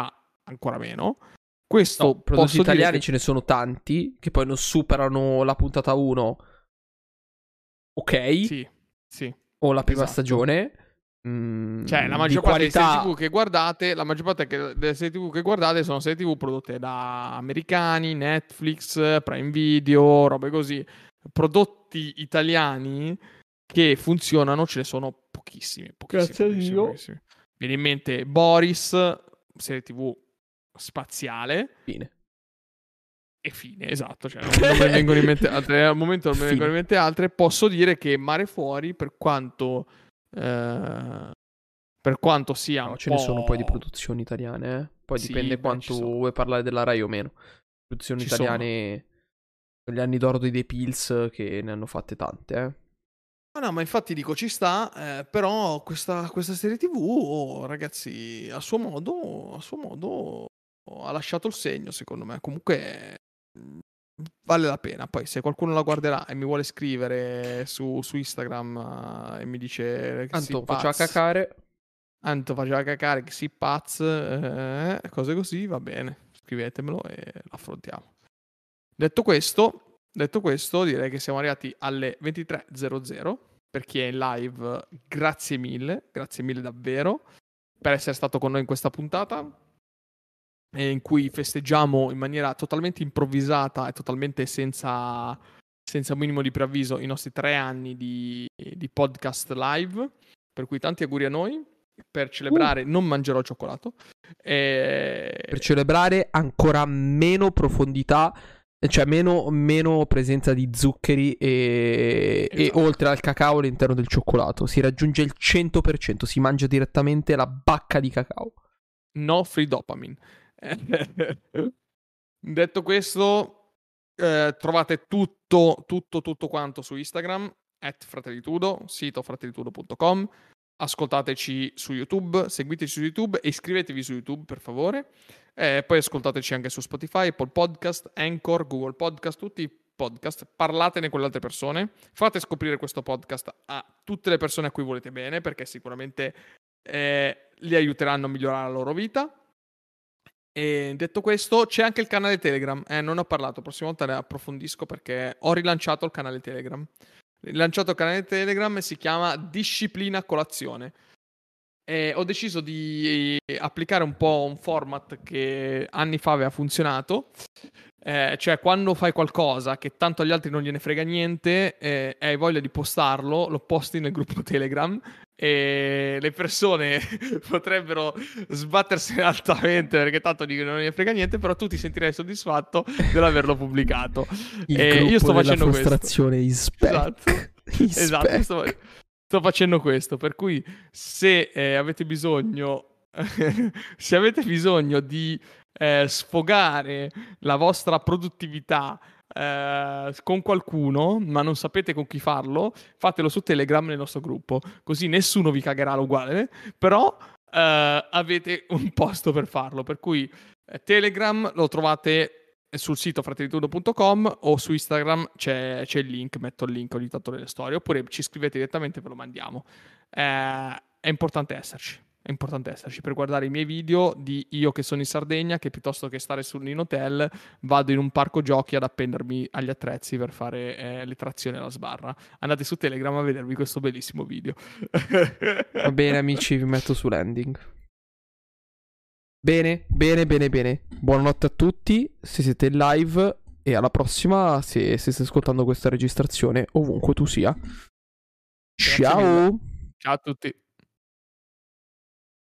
Speaker 2: ancora meno. Questo
Speaker 1: no, prodotti italiani
Speaker 2: che...
Speaker 1: ce ne sono tanti che poi non superano la puntata uno. Ok?
Speaker 2: Sì, sì.
Speaker 1: O la prima
Speaker 2: esatto.
Speaker 1: stagione. Mm,
Speaker 2: cioè, la maggior parte qualità... delle serie tivù che guardate, la maggior parte delle serie tivù che guardate sono serie tivù prodotte da americani, Netflix, Prime Video, robe così. Prodotti italiani che funzionano ce ne sono pochissimi. pochissimi
Speaker 1: Grazie
Speaker 2: pochissimi,
Speaker 1: a Dio.
Speaker 2: Pochissimi. Viene in mente Boris, serie tivù spaziale.
Speaker 1: Fine.
Speaker 2: E fine, esatto. Cioè, non, non me ne vengono in mente altre. Al momento non me ne vengono in mente altre. Posso dire che Mare Fuori, per quanto... Eh, per quanto sia...
Speaker 1: No,
Speaker 2: un
Speaker 1: ce
Speaker 2: po'...
Speaker 1: ne sono poi di produzioni italiane, eh. Poi
Speaker 2: sì,
Speaker 1: dipende
Speaker 2: beh,
Speaker 1: quanto vuoi parlare della Rai o meno. Produzioni
Speaker 2: ci
Speaker 1: italiane... Sono gli anni d'oro dei The Pills che ne hanno fatte tante, eh.
Speaker 2: No, no, ma infatti dico ci sta, eh, però questa, questa serie tivù, oh, ragazzi, a suo modo, a suo modo ha lasciato il segno, secondo me. Comunque mh, vale la pena. Poi se qualcuno la guarderà e mi vuole scrivere su, su Instagram uh, e mi dice che
Speaker 1: Anto,
Speaker 2: si
Speaker 1: faccia
Speaker 2: pazz,
Speaker 1: cacare.
Speaker 2: Anto faceva cacare, che si pazz, eh, cose così, va bene. Scrivetemelo e lo affrontiamo. Detto questo... Detto questo, direi che siamo arrivati alle ventitré e zero zero. Per chi è in live, grazie mille, grazie mille davvero per essere stato con noi in questa puntata, in cui festeggiamo in maniera totalmente improvvisata e totalmente senza, senza minimo di preavviso i nostri tre anni di, di podcast live. Per cui tanti auguri a noi. Per celebrare uh. non mangerò il cioccolato. E...
Speaker 1: Per celebrare ancora meno profondità, cioè meno, meno presenza di zuccheri e, esatto. E oltre al cacao all'interno del cioccolato. Si raggiunge il cento per cento, si mangia direttamente la bacca di cacao.
Speaker 2: No free dopamine. Detto questo, eh, trovate tutto, tutto, tutto quanto su Instagram, at fratellitudo, sito fratellitudo punto com. Ascoltateci su YouTube, seguiteci su YouTube e iscrivetevi su YouTube per favore. Eh, poi ascoltateci anche su Spotify, Apple Podcast, Anchor, Google Podcast, tutti i podcast. Parlatene con le altre persone. Fate scoprire questo podcast a tutte le persone a cui volete bene, perché sicuramente eh, li aiuteranno a migliorare la loro vita. E detto questo, c'è anche il canale Telegram. Eh, non ho parlato, la prossima volta ne approfondisco perché ho rilanciato il canale Telegram. Rilanciato il canale Telegram e si chiama Disciplina Colazione. E ho deciso di applicare un po' un format che anni fa aveva funzionato, eh, cioè quando fai qualcosa che tanto agli altri non gliene frega niente eh, e hai voglia di postarlo, lo posti nel gruppo Telegram e le persone potrebbero sbattersene altamente perché tanto dicono non gliene frega niente, però tu ti sentirai soddisfatto dell'averlo pubblicato.
Speaker 1: Il
Speaker 2: e
Speaker 1: gruppo
Speaker 2: io sto
Speaker 1: della
Speaker 2: facendo
Speaker 1: frustrazione
Speaker 2: questo.
Speaker 1: Is back.
Speaker 2: Esatto.
Speaker 1: Is
Speaker 2: esatto,
Speaker 1: back.
Speaker 2: sto... sto facendo questo, per cui se eh, avete bisogno se avete bisogno di eh, sfogare la vostra produttività eh, con qualcuno, ma non sapete con chi farlo, fatelo su Telegram nel nostro gruppo, così nessuno vi cagherà l'uguale, però eh, avete un posto per farlo, per cui eh, Telegram lo trovate sul sito fratellitudo punto com o su Instagram c'è, c'è il link, metto il link ogni tanto nelle storie, oppure ci scrivete direttamente e ve lo mandiamo. Eh, è importante esserci, è importante esserci per guardare i miei video di io che sono in Sardegna, che piuttosto che stare su, in hotel vado in un parco giochi ad appendermi agli attrezzi per fare eh, le trazioni alla sbarra. Andate su Telegram a vedervi questo bellissimo video.
Speaker 1: Va bene amici, vi metto su landing. Bene, bene, bene, bene. Buonanotte a tutti, se siete in live e alla prossima se, se stai ascoltando questa registrazione ovunque tu sia. Ciao.
Speaker 2: Ciao a tutti.